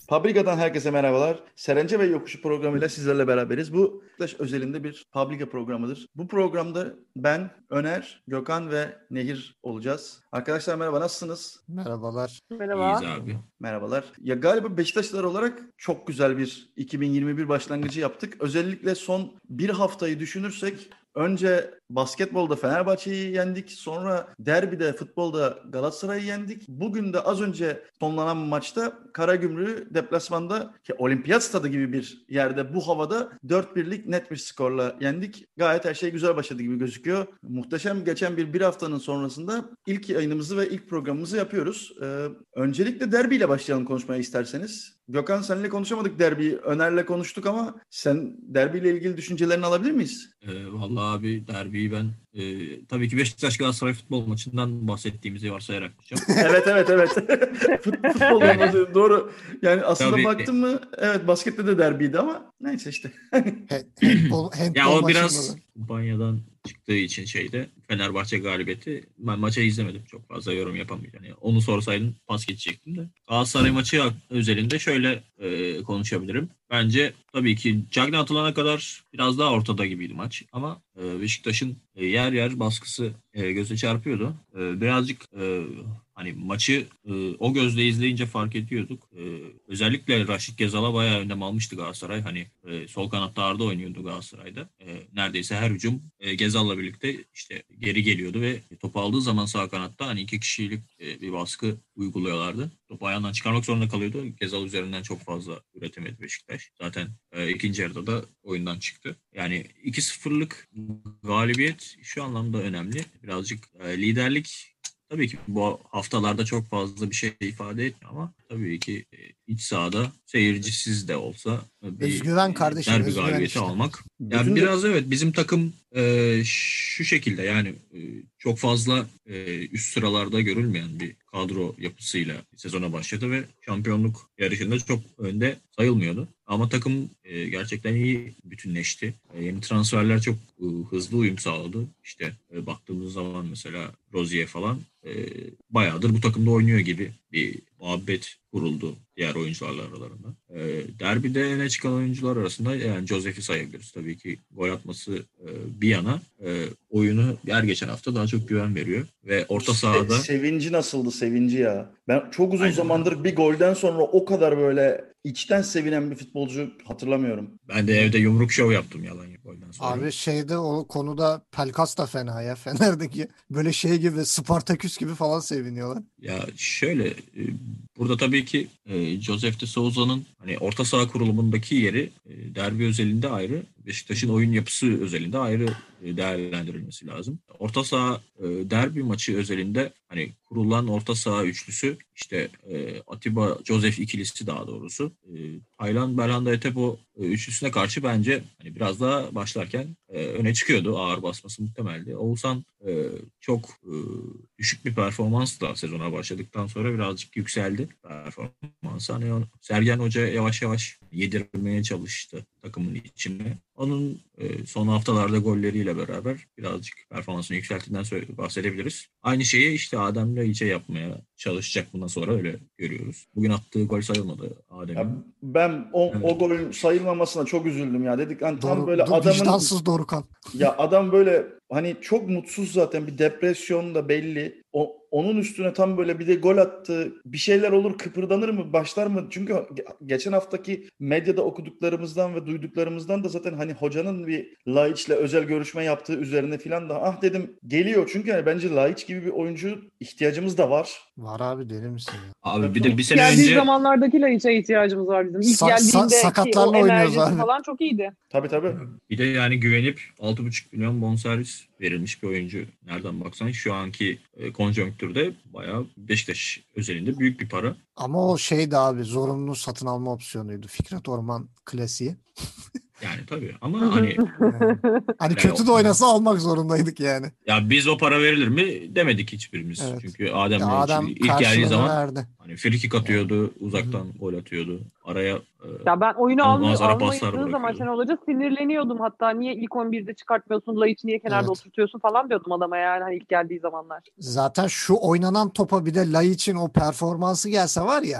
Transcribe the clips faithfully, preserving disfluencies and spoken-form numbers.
Pabrika'dan herkese merhabalar. Serence ve Yokuşu programıyla sizlerle beraberiz. Bu Beşiktaş özelinde bir Pabrika programıdır. Bu programda ben, Öner, Gökhan ve Nehir olacağız. Arkadaşlar merhaba, nasılsınız? Merhabalar. Merhaba. İyiyiz abi. Merhabalar. Ya galiba Beşiktaşlılar olarak çok güzel bir iki bin yirmi bir başlangıcı yaptık. Özellikle son bir haftayı düşünürsek önce basketbolda Fenerbahçe'yi yendik. Sonra derbide, futbolda Galatasaray'ı yendik. Bugün de az önce sonlanan maçta Karagümrük'ü deplasmanda ki olimpiyat stadı gibi bir yerde bu havada dört birlik net bir skorla yendik. Gayet her şey güzel başladı gibi gözüküyor. Muhteşem geçen bir bir haftanın sonrasında ilk yayınımızı ve ilk programımızı yapıyoruz. Ee, öncelikle derbiyle başlayalım konuşmaya isterseniz. Gökhan, seninle konuşamadık derbiyi. Öner'le konuştuk ama sen derbiyle ilgili düşüncelerini alabilir miyiz? Ee, vallahi abi derbiyi ben e, tabii ki Beşiktaş Galatasaray futbol maçından bahsettiğimizi varsayarak yapacağım. evet evet evet. Fut- Futbol olmadı, doğru. Yani aslında Tabii. baktın mı evet, baskette de derbiydi ama neyse işte. Handball, handball Ya o maçında biraz da. kumpanyadan çıktığı için şeyde Fenerbahçe galibiyeti. Ben maça izlemedim. Çok fazla yorum yapamayacağım. Yani onu sorsaydın pas geçecektim de. Galatasaray maçı özelinde şöyle e, konuşabilirim. Bence tabii ki Cagney atılana kadar biraz daha ortada gibiydi maç. Ama e, Beşiktaş'ın e, yer yer baskısı e, göze çarpıyordu. E, birazcık e, hani maçı e, o gözle izleyince fark ediyorduk. E, özellikle Raşit Gezal'a bayağı önem almıştı Galatasaray. Hani e, sol kanatta Arda oynuyordu Galatasaray'da. E, neredeyse her hücum e, Gezal'la birlikte işte geri geliyordu ve topu aldığı zaman sağ kanatta hani iki kişilik e, bir baskı uyguluyorlardı. Topu ayağından çıkarmak zorunda kalıyordu. Gezal üzerinden çok fazla üretemedi Beşiktaş. Zaten e, ikinci yarıda da oyundan çıktı. Yani iki sıfırlık galibiyet şu anlamda önemli. Birazcık e, liderlik tabii ki bu haftalarda çok fazla bir şey ifade etmiyor ama tabii ki e, iç sahada seyircisiz de olsa bir Özgüven kardeşim, derbi özgüven galibiyeti işte. almak. Bütün Yani de- biraz evet bizim takım e, şu şekilde yani e, çok fazla e, üst sıralarda görülmeyen bir kadro yapısıyla sezona başladı ve şampiyonluk yarışında çok önde sayılmıyordu. Ama takım e, gerçekten iyi bütünleşti. E, yeni transferler çok e, hızlı uyum sağladı. İşte e, baktığımız zaman mesela Rozier falan e, bayağıdır bu takımda oynuyor gibi bir muhabbet kuruldu diğer oyuncularla aralarında. E, derbide öne çıkan oyuncular arasında yani Josef'i sayabiliriz. Tabii ki gol atması e, bir yana e, oyunu her geçen hafta daha çok güven veriyor. Ve orta sahada... Se- sevinci nasıldı, sevinci ya. Ben çok uzun Aynen. zamandır bir golden sonra o kadar böyle içten sevinen bir futbolcu hatırlamıyorum. Ben de evde yumruk şov yaptım yalan yok golden sonra. Abi şeyde o konuda Pelkas da fena ya. Fener'deki böyle şey gibi Spartaküs gibi falan seviniyorlar. Ya şöyle e, burada tabii ki e, Josef de Souza'nın hani orta saha kurulumundaki yeri e, derbi özelinde ayrı, Beşiktaş'ın oyun yapısı özelinde ayrı e, değerlendirilmesi lazım. Orta saha e, derbi maçı özelinde hani kurulan orta saha üçlüsü işte e, Atiba Josef ikilisi daha doğrusu e, Taylan Belhanda Etebo e, üçlüsüne karşı bence hani biraz daha başlarken e, öne çıkıyordu. Ağır basması muhtemeldi. Oğuzhan e, çok e, düşük bir performansla sezona başladıktan sonra birazcık yükseldi performansı. Hani o, Sergen Hoca yavaş yavaş yedirmeye çalıştı takımın içine. Onun e, son haftalarda golleriyle beraber birazcık performansını yükselttiğinden söyle- bahsedebiliriz. Aynı şeyi işte Adem Laiç'e yapmaya çalışacak bundan sonra öyle görüyoruz. Bugün attığı gol sayılmadı Adem'in. Ya ben o, Evet. o golün sayılmamasına çok üzüldüm ya. Dedik hani tam Doğru, böyle do- adamın vicdansız Dorukan. ya adam böyle hani çok mutsuz, zaten bir depresyon da belli. O, onun üstüne tam böyle bir de gol attı. Bir şeyler olur, kıpırdanır mı, başlar mı? Çünkü ge- geçen haftaki medyada okuduklarımızdan ve duyduklarımızdan da zaten hani hocanın bir Laiç'le özel görüşme yaptığı üzerine filan da ah dedim geliyor. Çünkü yani bence Laiç gibi bir oyuncu ihtiyacımız da var. Var abi, deli misin ya? Abi bir de bir sene Geldiği önce zamanlardaki Laiç'e ihtiyacımız var bizim. İlk Sa- sa- geldiğinde ki sakatlarla o oynuyoruz enerjisi abi. falan çok iyiydi. Tabii tabii. bir de yani güvenip altı buçuk milyon bonservis verilmiş bir oyuncu. Nereden baksan şu anki e, konjonktürde bayağı Beşiktaş özelinde büyük bir para. Ama o şeydi abi, zorunlu satın alma opsiyonuydu. Fikret Orman klasiği. Yani tabii ama hani Yani, hani Yani kötü de o- oynasa almak zorundaydık yani. ya biz o para verilir mi demedik hiçbirimiz. Evet. Çünkü Adem Ya Laiç adam ilk geldiği karşılığını zaman verdi. hani free kick atıyordu, uzaktan gol atıyordu. Araya e, Ya ben oyunu almay- Manzara paslar almayındığı zaman bırakıyordu. Şenol Hoca sinirleniyordum. Hatta niye ilk on birde çıkartmıyorsun, Laiç'i niye kenarda Evet. oturtuyorsun falan diyordum adama yani hani ilk geldiği zamanlar. Zaten şu oynanan topa bir de Laiç'in o performansı gelse var ya,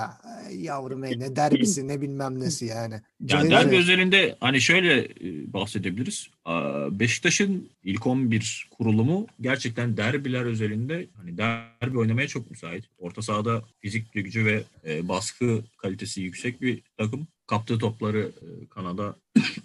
Ey yavrum ey ne derbisi ne bilmem nesi yani. Yani Cayır derbi cayır. özelinde hani şöyle e, bahsedebiliriz. Aa, Beşiktaş'ın ilk on bir kurulumu gerçekten derbiler özelinde hani derbi oynamaya çok müsait. Orta sahada fizik gücü ve e, baskı kalitesi yüksek bir takım. Kaptığı topları e, kanada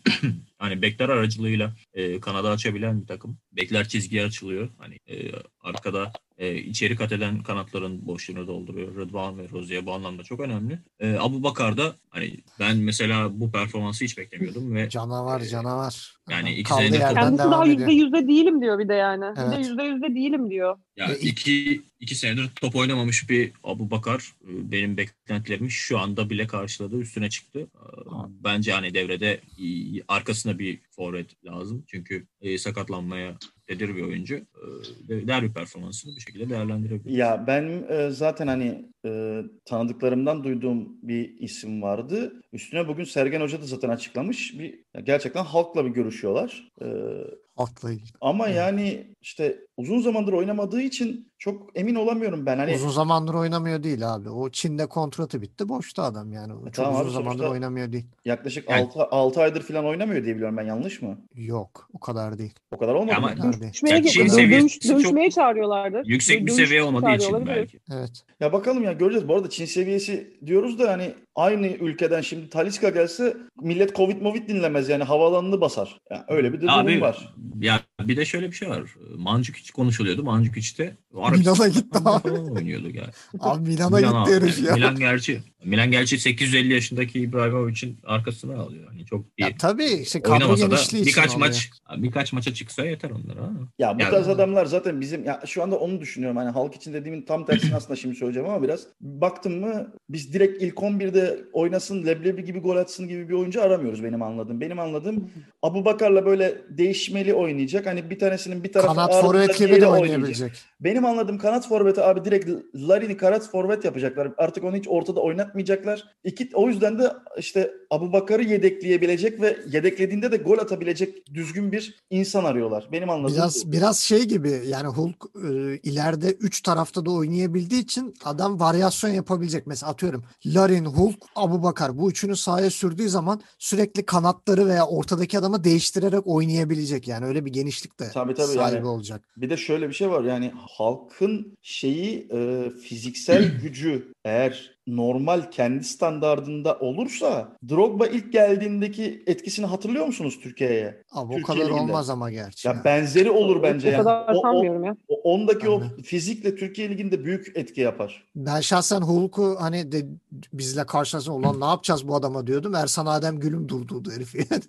hani bekler aracılığıyla e, kanada açabilen bir takım. Bekler çizgiye açılıyor. Hani e, arkada e, içeri kat eden kanatların boşluğunu dolduruyor. Rıdvan ve Rozier bu anlamda çok önemli. E, Abubakar da hani ben mesela bu performansı hiç beklemiyordum ve Canavar e, canavar. yani Adam iki kaldığı senedir top- yerden Kendisi devam daha ediyor. yüzde yüzde değilim diyor bir de yani. Bir de Evet. yüzde yüzde değilim diyor. ya E, ilk- iki, iki senedir top oynamamış bir Abubakar e, benim beklentilerimi şu anda bile karşıladı. Üstüne çıktı. E, Bence hani devrede e, arkasına bir forvet lazım. Çünkü e, sakatlanmaya tedir bir oyuncu. E, derbi performansını bir şekilde değerlendirebilir. Ya ben e, zaten hani e, tanıdıklarımdan duyduğum bir isim vardı. Üstüne bugün Sergen Hoca da zaten açıklamış. Bir ya gerçekten halkla bir görüşüyorlar. E, Haklı. ama Evet. yani işte uzun zamandır oynamadığı için çok emin olamıyorum ben. Hani Uzun zamandır oynamıyor değil abi. O Çin'de kontratı bitti. Boşta adam yani. O E, Çok tamam uzun abi, zamandır sonuçta oynamıyor değil. yaklaşık Yani- altı altı aydır falan oynamıyor diye biliyorum ben, yanlış mı? Yok. O kadar değil. O kadar olmadı Ama- mı? O kadar değil. Dövüşmeye, Yani Çin dö- seviyesi dövüş, dövüşmeye çok çağırıyorlardır. yüksek Dö- bir dövüş seviye olmadığı çağırıyor için olabilir. belki. Evet. Ya bakalım ya, göreceğiz. Bu arada Çin seviyesi diyoruz da hani aynı ülkeden şimdi Talisca gelse millet Covid Movid dinlemez yani, havaalanını basar. Yani öyle bir de durum Abi var. ya bir de şöyle bir şey var. Mandzukic konuşuluyordu. Mandzukic de Milan'a gitti abi. falan oynuyordu yani. Abi Milan'a Milan gitti aldı. herif ya. Milan gerçi Milan gerçi sekiz yüz elli yaşındaki İbrahimovic'in arkasına alıyor. Hani çok iyi. Ya tabii işte kadro Oynamasa da genişliği için birkaç oluyor. maç birkaç maça çıksa yeter onlara. Ha. Ya bu Yani- tarz adamlar zaten bizim, ya şu anda onu düşünüyorum. Hani halk için dediğimin tam tersini aslında şimdi söyleyeceğim ama biraz baktım mı biz direkt ilk on birde oynasın, leblebi gibi gol atsın gibi bir oyuncu aramıyoruz benim anladığım. Benim anladığım Abubakar'la böyle değişmeli oynayacak. Hani bir tanesinin bir tarafı Kanat ağrıda, forvet gibi diğeri de oynayacak. oynayabilecek. Benim anladığım kanat forveti abi direkt Larin'i kanat forvet yapacaklar. Artık onu hiç ortada oynatmayacaklar. İki, o yüzden de işte Abubakar'ı yedekleyebilecek ve yedeklediğinde de gol atabilecek düzgün bir insan arıyorlar. Benim anladığım bu. Biraz biraz şey gibi yani Hulk e, ileride üç tarafta da oynayabildiği için adam varyasyon yapabilecek. Mesela atıyorum Larin, Hulk, Abubakar bu üçünü sahaya sürdüğü zaman sürekli kanatları veya ortadaki adamı değiştirerek oynayabilecek. Yani öyle bir genişlik de Tabii, tabii, sahibi yani. olacak. Bir de şöyle bir şey var, yani halkın şeyi e, fiziksel gücü eğer normal kendi standardında olursa, Drogba ilk geldiğindeki etkisini hatırlıyor musunuz Türkiye'ye? Abi o Türkiye kadar Ligi'nde. olmaz ama gerçi. Ya ya. benzeri olur bence O yani. kadar O- o- sanmıyorum ya. O ondaki o Aynen. fizikle Türkiye Ligi'nde büyük etki yapar. Ben şahsen Hulk'u hani de bizle karşılaşsın ulan ne yapacağız bu adama diyordum. Ersan Adem Gül'üm durdurdu herifi yani.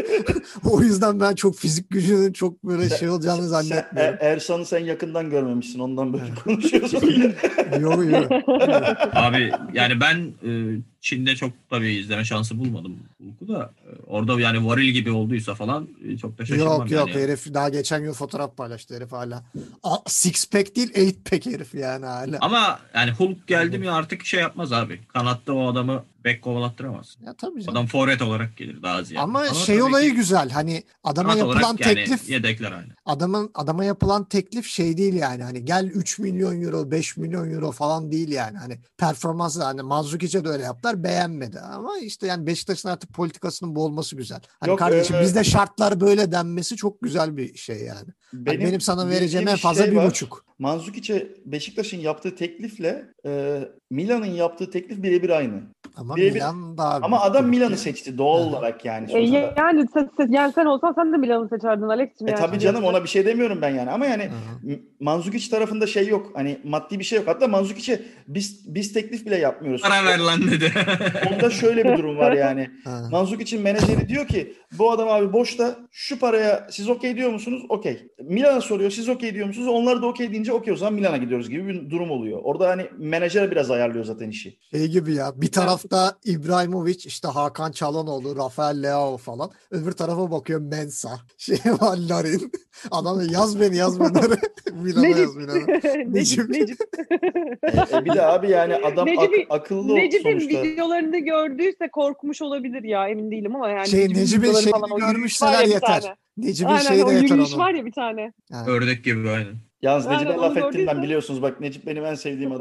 O yüzden ben çok fizik gücünün çok böyle şey olacağını Sen zannetmiyorum. Er- Ersan'ı sen yakından görmemişsin, ondan böyle konuşuyorsun. Yok yok. Abi yani ben e, Çin'de çok tabii izleme şansı bulmadım Hulk'u da. E, orada yani varil gibi olduysa falan e, çok da şaşırmam Yok yok yani. herif daha geçen gün fotoğraf paylaştı herif hala. A, six pack değil eight pack herif yani hala. Ama yani Hulk geldi mi artık şey yapmaz abi. Kanatta o adamı bek kovalattıramaz. Ya tabii canım. Adam forvet olarak gelir daha ziyade. Ama şey tabii olayı ki güzel hani adama kanat yapılan olarak yani teklif yedekler aynı. adamın adama yapılan teklif şey değil yani hani gel üç milyon euro beş milyon euro falan değil yani hani performansı hani Manzukic'e de öyle yaptılar beğenmedi ama işte yani Beşiktaş'ın artık politikasının bu olması güzel. Hani Yok, kardeşim e, bizde şartlar böyle denmesi çok güzel bir şey yani. Hani benim, sana vereceğim bildiğim en fazla şey bir var. buçuk. Manzukic'e Beşiktaş'ın yaptığı teklifle e, Milan'ın yaptığı teklif birebir aynı. Ama Birebir- Milan daha Ama adam büyük Milan'ı ya. seçti doğal Aha. olarak yani. E, Sonuçta. yani, sen, sen, yani sen olsan sen de Milan'ı seçerdin Alex'cim. E yani. tabii canım, ona bir şey demiyorum ben yani. Ama yani Aha. M- Mandzukic tarafında şey yok. Hani maddi bir şey yok. Hatta Mandzukic'e biz biz teklif bile yapmıyoruz. Para ver lan dedi. Onda şöyle bir durum var yani. Ha. Mandzukic'in menajeri diyor ki bu adam abi boşta, şu paraya siz okey diyor musunuz? Okey. Milan'a soruyor, siz okey diyor musunuz? Onlar da okey deyince okey, o zaman Milan'a gidiyoruz gibi bir durum oluyor. Orada hani menajer biraz ayarlıyor zaten işi. Şey gibi ya bir tarafta İbrahimovic işte Hakan Çalhanoğlu, Rafael Leao falan. Öbür tarafa bakıyor Mensah. Şey var Larin. Adam yaz beni yaz beni. Milan'a Necip. yaz Milan'a. Necip. Necip. E, e bir de abi yani adam ak- Necip'i- akıllı Necip'in sonuçta. videolarını gördüyse korkmuş olabilir ya, emin değilim ama yani. Şey, Necip'in Necip'in videoları şeyini falan, o yürüyüş görmüşseler var ya bir yeter. tane. Necip'in Aynen, şeyi de o yeter yürüyüş onun. var ya bir tane. Ha. Ördek gibi aynen. Yalnız Aynen, Necip'e onu laf ettim ben, gördüyse- biliyorsunuz bak, Necip benim en sevdiğim adam.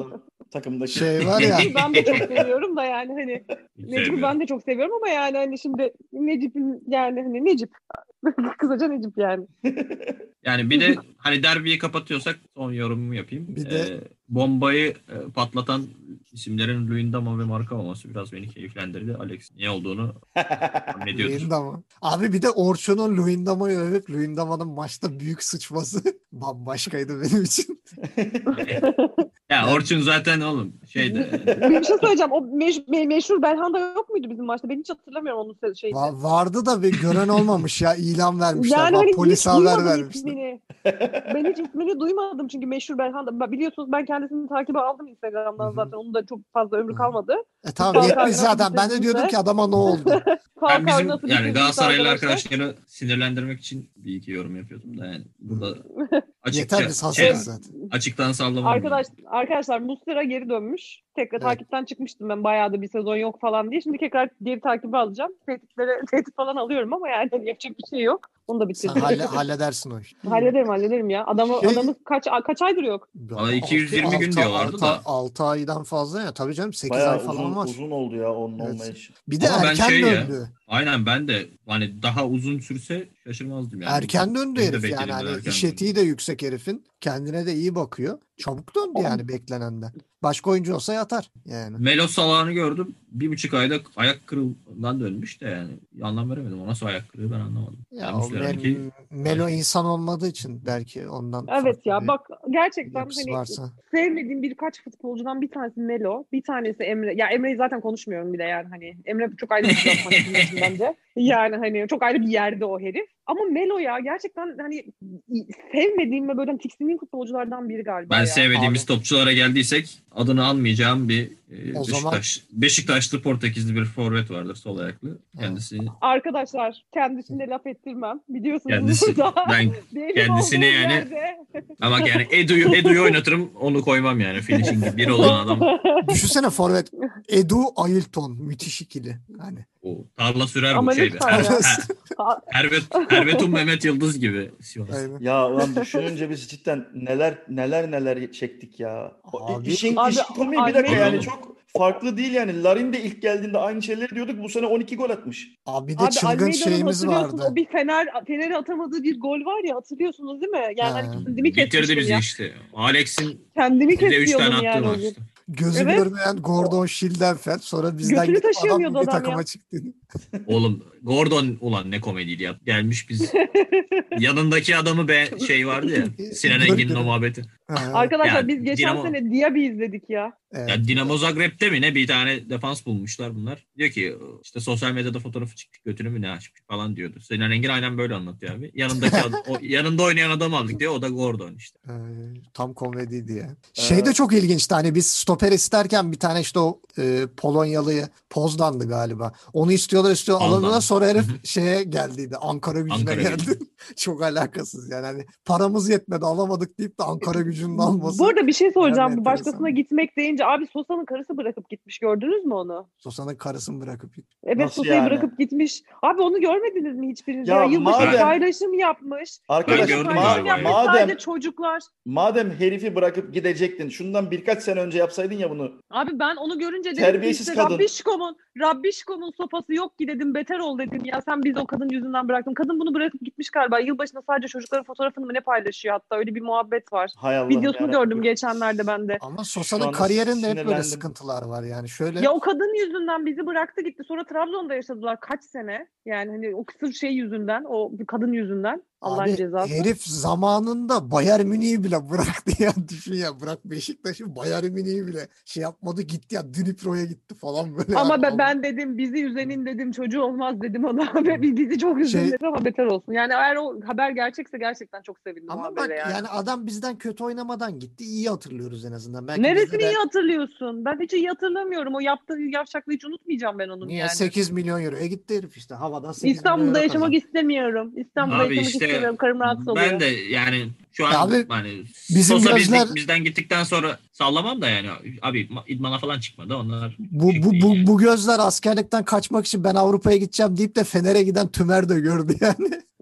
takımdaki. Şey var ya. Necip'i ben de çok seviyorum da yani hani Necip'i ben de çok seviyorum ama yani hani şimdi Necip'in yani hani Necip kısaca Necip yani. Yani bir de hani derbiyi kapatıyorsak son yorumumu yapayım. Bir de- Ee, bombayı e, patlatan isimlerin Luyendama ve Marka olması biraz beni keyiflendirdi. Alex niye olduğunu tahmin ediyordur. Luyendama. Abi bir de Orçun'un Luyendama'yı övüp Luyendama'nın maçta büyük sıçması bambaşkaydı benim için. Ya Orçun zaten oğlum şeyde Bir şey söyleyeceğim. O meş- me- meşhur Belhanda yok muydu bizim maçta? Ben hiç hatırlamıyorum onun se- şeyini. Va- vardı da bir gören olmamış ya, ilan vermişler. Yani Bak, hani polise hiç haber duymadım vermişler. ismini. Ben hiç ismini duymadım çünkü meşhur Belhanda. Ba- Biliyorsunuz ben kendisini takibe aldım Instagram'dan Hı hı. zaten. Onun da çok fazla ömrü Hı. kalmadı. E tamam, Falcao yetmiş nasıl zaten. Ben de bitirdiyse- diyordum ki adama ne oldu? ben Falcao bizim nasıl yani bitirdiyse Galatasaraylı arkadaşlar. arkadaşları sinirlendirmek için bir iki yorum yapıyordum da yani burada açıkça Yeter, biz şey, hazırız zaten. açıktan sallamam. Arkadaş, arkadaşlar Muslera geri dönmüş. Tekrar Evet. takipten çıkmıştım ben bayağı da bir sezon yok falan diye. Şimdi tekrar geri takibi alacağım. Tehditlere, tehdit falan alıyorum ama yani yapacak bir şey yok. Onu da Sen bitirdim. halle- halledersin o işi. Hallederim hallederim ya. Adamı, Şey- adamı kaç kaç aydır yok. Valla iki yüz yirmi Altı- gün altı- diyorlardı altı- da. altı aydan fazla ya. Tabii canım, sekiz Bayağı ay falan uzun, var. uzun oldu ya onun Evet. olmayışı. Bir de Ama ben erken şey ya, döndü. Aynen ben de hani daha uzun sürse şaşırmazdım yani. Erken döndü Benim de herif yani. beklediğimden Hani erken iş döndü. etiği de yüksek herifin. Kendine de iyi bakıyor. Çabuk döndü yani beklenenden. Başka oyuncu olsa yatar yani. Melo Salah'ını gördüm. Bir buçuk ayda ayak kırığından dönmüş de yani. Anlam veremedim. O nasıl ayak kırığı ben anlamadım. Ya Yani o Muslera'nınki- Mel- Melo insan olmadığı için belki ondan Evet farklı ya bir bak gerçekten yapısı hani varsa. sevmediğim birkaç futbolcudan bir tanesi Melo, bir tanesi Emre. Ya Emre'yi zaten konuşmuyorum bile yani hani. Emre çok ayrı bir platform bence. Yani hani çok ayrı bir yerde o herif. Ama Melo ya gerçekten hani sevmediğim ve böyle tiksindiğim futbolculardan biri galiba Ben ya. sevmediğimiz Abi. topçulara geldiysek adını anmayacağım bir e, O Beşiktaş, Beşiktaşlı Portekizli bir forvet vardır sol ayaklı. Kendisi Arkadaşlar kendisine laf ettirmem. Biliyorsunuz kendisi burada. ben Benim kendisini olduğum yani- yerde. ama yani Edu'yu Edu'yu oynatırım onu koymam yani finishing bir olan adam. Düşünsene forvet Edu Ailton, müthiş ikili. Hani. O tarla sürer Ama bu şeyde. lütfen Her, ya. her, Hervet, Hervetun Mehmet Yıldız gibi. Sivas. Aynen. Ya ulan düşününce biz cidden neler neler neler çektik ya. O Abi- işin, Abi, işin komiği bir dakika Almeyda- yani çok farklı değil yani. Larin de ilk geldiğinde aynı şeyleri diyorduk. Bu sene on iki gol atmış. Abi de Abi çılgın Almeida'nın şeyimiz hatırlıyorsun vardı. o bir Fener Fener'e atamadığı bir gol var ya hatırlıyorsunuz değil mi? Yani Ha. hani kendimi Bitirdi kesmiştim bizi ya. işte. Alex'in Kendimi bize üç kesiyordum tane attığı yani o gün. maçtı. Gözü Evet. görmeyen Gordon Schildenfeld, sonra bizden Götünü gidip adam taşıyamıyordu milli adam takıma ya. çıktı. Oğlum Gordon ulan ne komediydi ya. Gelmiş biz yanındaki adamı be şey vardı ya. Sinan Gör- Engin'in o gör- muhabbeti. Ha, Arkadaşlar Ya, biz geçen Dinamo- sene Diaby izledik ya. evet. Ya Dinamo Zagreb'te mi ne bir tane defans bulmuşlar bunlar. Diyor ki işte sosyal medyada fotoğrafı çıktık götünü mü ne açmış falan diyordu. Sinan Engin aynen böyle anlatıyor abi. Yanındaki adam, o, yanında oynayan adam aldık diyor. O da Gordon işte. Ee, tam komediydi ya. Şey de çok ilginçti, hani biz stoper isterken bir tane işte o e, Polonyalı'yı, Poznan'dı galiba. Onu istiyorlar istiyor Poznan. alınıyorlar, sonra herif Hı hı. şeye geldiydi. Ankara gücüne Ankara geldi. Çok alakasız yani, hani paramız yetmedi alamadık deyip de Ankara gücünün alması. Bu arada bir şey soracağım. Yani Bu başkasına enteresan. gitmek deyince abi Sosa'nın karısı bırakıp gitmiş. Gördünüz mü onu? Sosa'nın karısını bırakıp gitti. Evet Nasıl Sosa'yı yani? bırakıp gitmiş. Abi onu görmediniz mi hiçbiriniz? Ya Ya, yılbaşı madem- paylaşım yapmış. Arkadaş gördüm ma- Paylaşım galiba yapmış ya. madem sadece çocuklar. madem herifi bırakıp gidecektin şundan birkaç sene önce yapsaydın ya bunu. Abi ben onu görünce dedim Terbiyesiz ki işte kadın. Rabbişkom'un, Rabbişkom'un sopası yok ki dedim, beter ol dedim ya, sen bizi o kadın yüzünden bıraktın. Kadın bunu bırakıp gitmiş galiba. Yılbaşında sadece çocukların fotoğrafını mı ne paylaşıyor, hatta öyle bir muhabbet var. Hay Allah. Videosunu gördüm geçenlerde ben de. Ama Şu Sosa'nın anda kariyerinde hep böyle sinirlendim. sıkıntılar var yani. Şöyle Ya o kadın yüzünden bizi bıraktı gitti. Sonra Trabzon'da yaşadılar kaç sene. Yani hani o kısır şey yüzünden, o kadın yüzünden. Allah'ın abi cezası. herif zamanında Bayern Münih'i bile bıraktı ya, düşün ya, bırak Beşiktaş'ı, Bayern Münih'i bile şey yapmadı, gitti ya, Dnipro'ya gitti falan böyle. Ama yani. ben, ben dedim bizi üzenin dedim, çocuğu olmaz dedim ona ve bizi çok üzdün Şey- dedim ama beter olsun. Yani eğer o haber gerçekse gerçekten çok sevindim o Ama habere bak yani. yani adam bizden kötü oynamadan gitti. İyi hatırlıyoruz en azından. Belki Neresini bizde de- iyi hatırlıyorsun? Ben hiç iyi hatırlamıyorum. O yaptığı yavşaklığı hiç unutmayacağım ben onun Niye yani. sekiz milyon euroya gitti herif işte. Havadan sekiz milyon İstanbul'da euro yaşamak kazandı. istemiyorum. İstanbul'da Abi yaşamak işte istemiyorum. Karım rahatsız oluyor. ben de yani şu an Ya abi, hani bizim Sosa gözler- bizdik- bizden gittikten sonra sallamam da yani abi idmana falan çıkmadı onlar. Bu, şey bu, değil bu, yani. bu gözler askerlikten kaçmak için ben Avrupa'ya gideceğim deyip de Fener'e giden Tümer de gördü yani.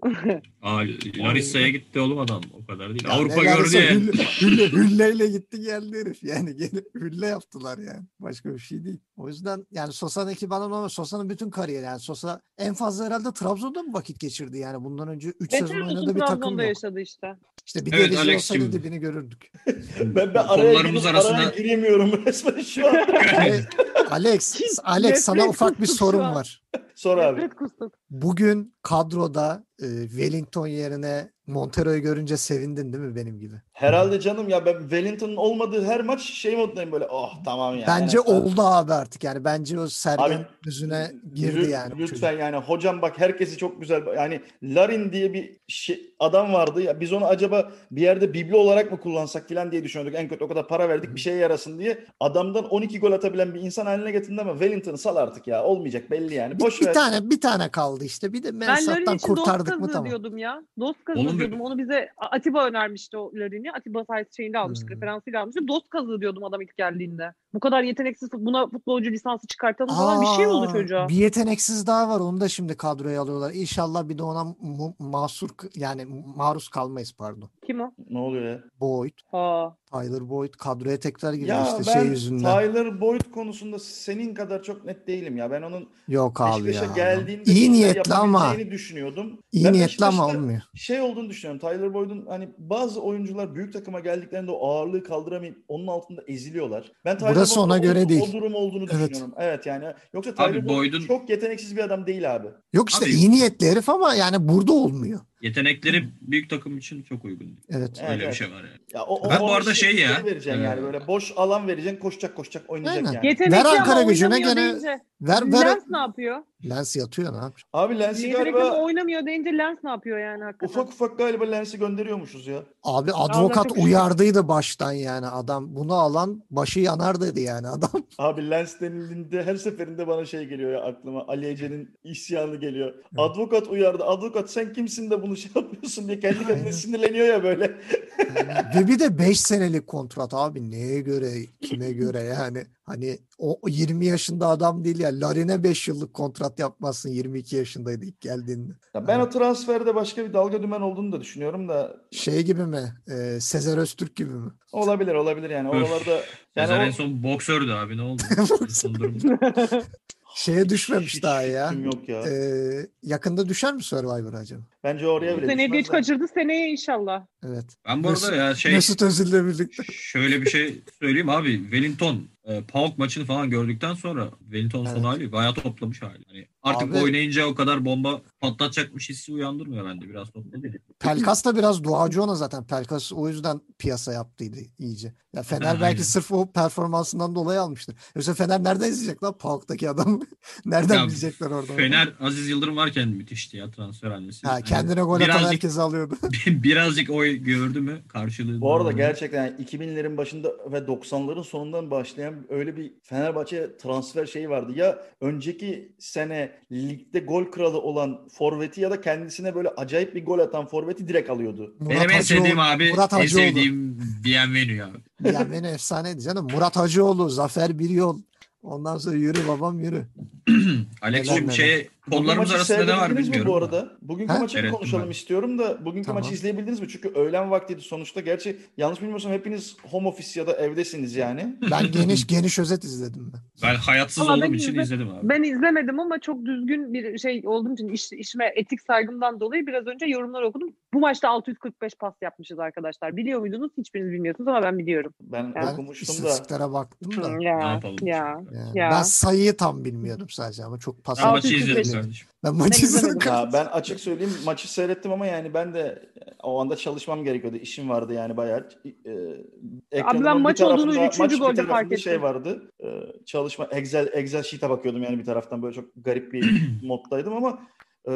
Aa, Larissa'ya gitti oğlum adam. O kadar değil. Ya Avrupa neler gördü olsa yani. Hülle, hülle, hülleyle gitti geldi herif. Yani gelip hülle yaptılar yani. Başka bir şey değil. O yüzden yani Sosa'nın ekibi ama Sosa'nın bütün kariyeri yani Sosa en fazla herhalde Trabzon'da mı vakit geçirdi yani bundan önce üç sezon Beter olsun oynadığı bir takım Trabzon'da yok. yaşadı işte. İşte bir Evet, denizi Alex'cim. olsaydı dibini görürdük. Ben, ben araya, Kollarımız girip, arasında- araya giremiyorum resmen şu an. Ale- Alex, Alex sana Nefret ufak bir kustum şu sorum an. var. Sor abi. Nefret kustuk. Bugün kadroda e, Wellington yerine Montero'yu görünce sevindin değil mi benim gibi? Herhalde canım ya, ben Wellington'un olmadığı her maç şey moddayım böyle, oh tamam ya. Bence en azından- oldu abi artık yani. Bence o Sergen Abi, yüzüne girdi Lü- yani. bu çocuk. Lütfen yani hocam bak, herkesi çok güzel, yani Larin diye bir şey, adam vardı ya, biz onu acaba bir yerde biblo olarak mı kullansak falan diye düşünüyorduk. En kötü o kadar para verdik bir şeye yarasın diye. Adamdan on iki gol atabilen bir insan haline getirdi ama Wellington'ı sal artık ya, olmayacak belli yani. Boş bir, ver. bir tane bir tane kaldı işte. Bir de Ben Larin Mensah'tan için dost kurtardık mı kazığı tamam. diyordum ya. Dost kazığı Oğlum, diyordum. Onu bize Atiba önermişti o Larin'i. Atiba sayesinde şeyini almıştık. Hmm. Referansıyla almıştık. Dost kazığı diyordum adam ilk geldiğinde. Bu kadar yeteneksiz fut- buna futbolcu lisansı çıkartalım falan bir şey oldu Aa, çocuğa. Bir yeteneksiz daha var. Onu da şimdi kadroya alıyorlar. İnşallah bir de ona mu- mahsur yani maruz kalmayız pardon. Kim o? Ne oluyor ya? Boyd, Ha. Tyler Boyd kadroya tekrar girdi Ya işte ben şey yüzünden. Tyler Boyd konusunda senin kadar çok net değilim ya. Ben onun Yok abi Beşiktaş'a ya. geldiğinde İyi bir şeyler niyetli ama yapabileceğini düşünüyordum. iyi Ben niyetli ama Beşiktaş'ta olmuyor. şey olduğunu düşünüyorum. Tyler Boyd'un hani bazı oyuncular büyük takıma geldiklerinde o ağırlığı kaldıramayıp onun altında eziliyorlar. Ben Tyler Burası Boyd'un ona o, göre değil. o durum olduğunu Evet. düşünüyorum. Evet yani. Yoksa Tyler Abi Boyd Boyd'un- çok yeteneksiz bir adam değil abi. Yok işte Abi- iyi niyetli herif ama yani burada olmuyor. Yetenekleri büyük takım için çok uygun. Evet. Evet, Öyle bir evet. şey var yani. Ya o, o, Ben bu ona arada şey ya, vereceksin yani, e, böyle boş alan vereceksin, koşacak koşacak oynayacak Aynen. yani. Yetenekli Ver Ankara ama gücüne oynamıyor gene- deyince. Ver ver. Lens ne yapıyor? Lens yatıyor ne yapacak? Abi Lens'i Yetenekli galiba ama oynamıyor deyince Lens ne yapıyor yani hakikaten? ufak ufak galiba Lens'i gönderiyormuşuz ya. Abi Allah advokat çok şükür. uyardıydı baştan yani adam. Bunu alan başı yanar dedi yani adam. Abi Lens denildiğinde her seferinde bana şey geliyor ya aklıma. Ali Ece'nin isyanı geliyor. Advokat uyardı. Advokat sen kimsin de bunu şey yapıyorsun diye kendi kendine Aynen. sinirleniyor ya böyle. Yani ve bir de beş senelik kontrat abi neye göre kime göre yani hani o yirmi yaşında adam değil ya Larin'e beş yıllık kontrat yapmazsın yirmi iki yaşındaydı ilk geldiğinde. Ya ben o transferde başka bir dalga dümen olduğunu da düşünüyorum da Şey gibi mi? Ee, Sezer Öztürk gibi mi? olabilir olabilir yani Öf. oralarda yani Sezer o- en son boksördü abi, ne oldu? En son durum. Şeye düşmemiş hiç daha ya. fikrim yok ya. Ee, yakında düşer mi Survivor acaba? Bence oraya Bu bile seneyi geç düşmezler. kaçırdı. Seneye inşallah. Evet. Ben bu arada ya şey Mesut Özil'le birlikte. şöyle bir şey söyleyeyim abi. Wellington e, PAOK maçını falan gördükten sonra Wellington'un Evet. son hali bayağı toplamış hali. Hani artık Abi- oynayınca o kadar bomba patlatacakmış hissi uyandırmıyor bende, biraz topladı. Pelkas da biraz duacı ona zaten. Pelkas o yüzden piyasa yaptıydı iyice. Ya Fener Ha, belki aynen. sırf o performansından dolayı almıştır. Yoksa Fener nereden izleyecek lan PAOK'taki adamı? Nereden Ya, bilecekler oradan? Fener Aziz Yıldırım varken müthişti ya transfer hamlesi. Ha, Hani kendine gol atan birazcık, herkesi alıyordu. birazcık oy gördü mü karşılığında. Bu arada aldı. gerçekten yani iki binlerin başında ve doksanların sonundan başlayan öyle bir Fenerbahçe transfer şeyi vardı. Ya önceki sene ligde gol kralı olan forveti ya da kendisine böyle acayip bir gol atan forveti direkt alıyordu. Murat Benim en Hacıoğlu- sevdiğim abi, Murat en Hacıoğlu. sevdiğim Bienvenu abi. Ya beni efsaneydi canım. Murat Hacıoğlu, Zafer Biryol. Ondan sonra yürü babam yürü. Alex'cim Neler şey Bugün kollarımız maçı arasında ne var seyredebildiniz mi bilmiyorum. bu da. arada? Bugünkü Ha? maçı bir Seyrettim konuşalım ben. istiyorum da bugünkü Tamam. maçı izleyebildiniz mi? Çünkü öğlen vaktiydi sonuçta. Gerçi yanlış bilmiyorsam hepiniz home office ya da evdesiniz yani. Ben geniş geniş özet izledim ben. Ben hayatsız Valla olduğum ben için izle- izledim abi. Ben izlemedim ama çok düzgün bir şey olduğum için iş, işime etik saygımdan dolayı biraz önce yorumlar okudum. Bu maçta altı yüz kırk beş pas yapmışız arkadaşlar. Biliyor muydunuz? Hiçbiriniz bilmiyorsunuz ama ben biliyorum. Ben Ben okumuştum da. istatistiklere baktım da. Hı, Ne ya, yapalım ya, şimdi? Yani ya. Ben sayıyı tam bilmiyordum sadece ama çok pas. Ben Altı maçı yüz kırk beş. izledim kardeşim. Ben maçı Ben izledim. izlemedim. Ya ben açık söyleyeyim maçı seyrettim ama yani ben de o anda çalışmam gerekiyordu. İşim vardı yani bayağı. E, ekranımın ben bir maç olduğunu tarafında- üçüncü maç bir golde tarafında fark şey ettim. vardı. E, çalışma Excel Excel sheet'e bakıyordum yani bir taraftan böyle çok garip bir moddaydım ama e,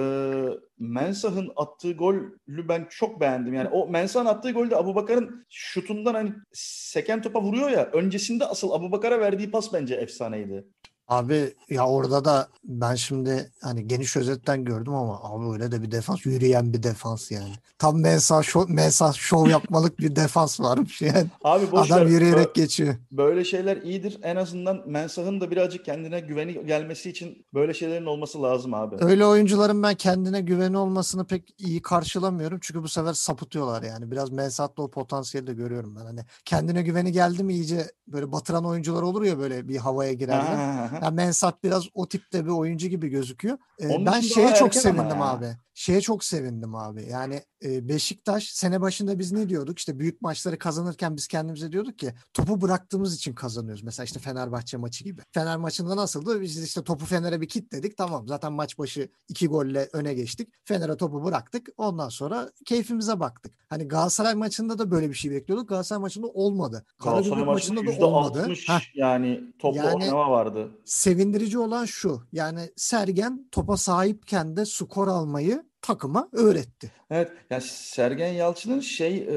Mensah'ın attığı golü ben çok beğendim. Yani o Mensah'ın attığı golde Abubakar'ın şutundan hani seken topa vuruyor ya, öncesinde asıl Abubakar'a verdiği pas bence efsaneydi. Abi ya orada da ben şimdi hani geniş özetten gördüm ama abi öyle de bir defans, yürüyen bir defans yani. Tam Mensah şov, Mensah şov yapmalık bir defans varmış yani. Abi boş Adam ver. yürüyerek Bö- geçiyor. Böyle şeyler iyidir. En azından Mensah'ın da birazcık kendine güveni gelmesi için böyle şeylerin olması lazım abi. Öyle oyuncuların ben kendine güveni olmasını pek iyi karşılamıyorum. Çünkü bu sefer sapıtıyorlar yani. Biraz Mensah'ta o potansiyeli de görüyorum ben. Hani kendine güveni geldi mi iyice böyle batıran oyuncular olur ya, böyle bir havaya girerler. Ha, Yani Mensah biraz o tipte bir oyuncu gibi gözüküyor. Ee, Onun ben için şeye daha çok erken ama sevindim ya. abi. Şeye çok sevindim abi. Yani e, Beşiktaş sene başında biz ne diyorduk? İşte büyük maçları kazanırken biz kendimize diyorduk ki topu bıraktığımız için kazanıyoruz. Mesela işte Fenerbahçe maçı gibi. Fener maçında nasıldı? Biz işte topu Fener'e bir kilitledik. Tamam, zaten maç başı iki golle öne geçtik. Fener'e topu bıraktık. Ondan sonra keyfimize baktık. Hani Galatasaray maçında da böyle bir şey bekliyorduk. Galatasaray maçında olmadı. Galatasaray Karagümrük maçında maçında da yüzde olmadı. Heh, altmış yani toplu yani oynama vardı. sevindirici olan şu. Yani Sergen topa sahipken de skor almayı takıma öğretti. Evet, yani Sergen Yalçın'ın şey e,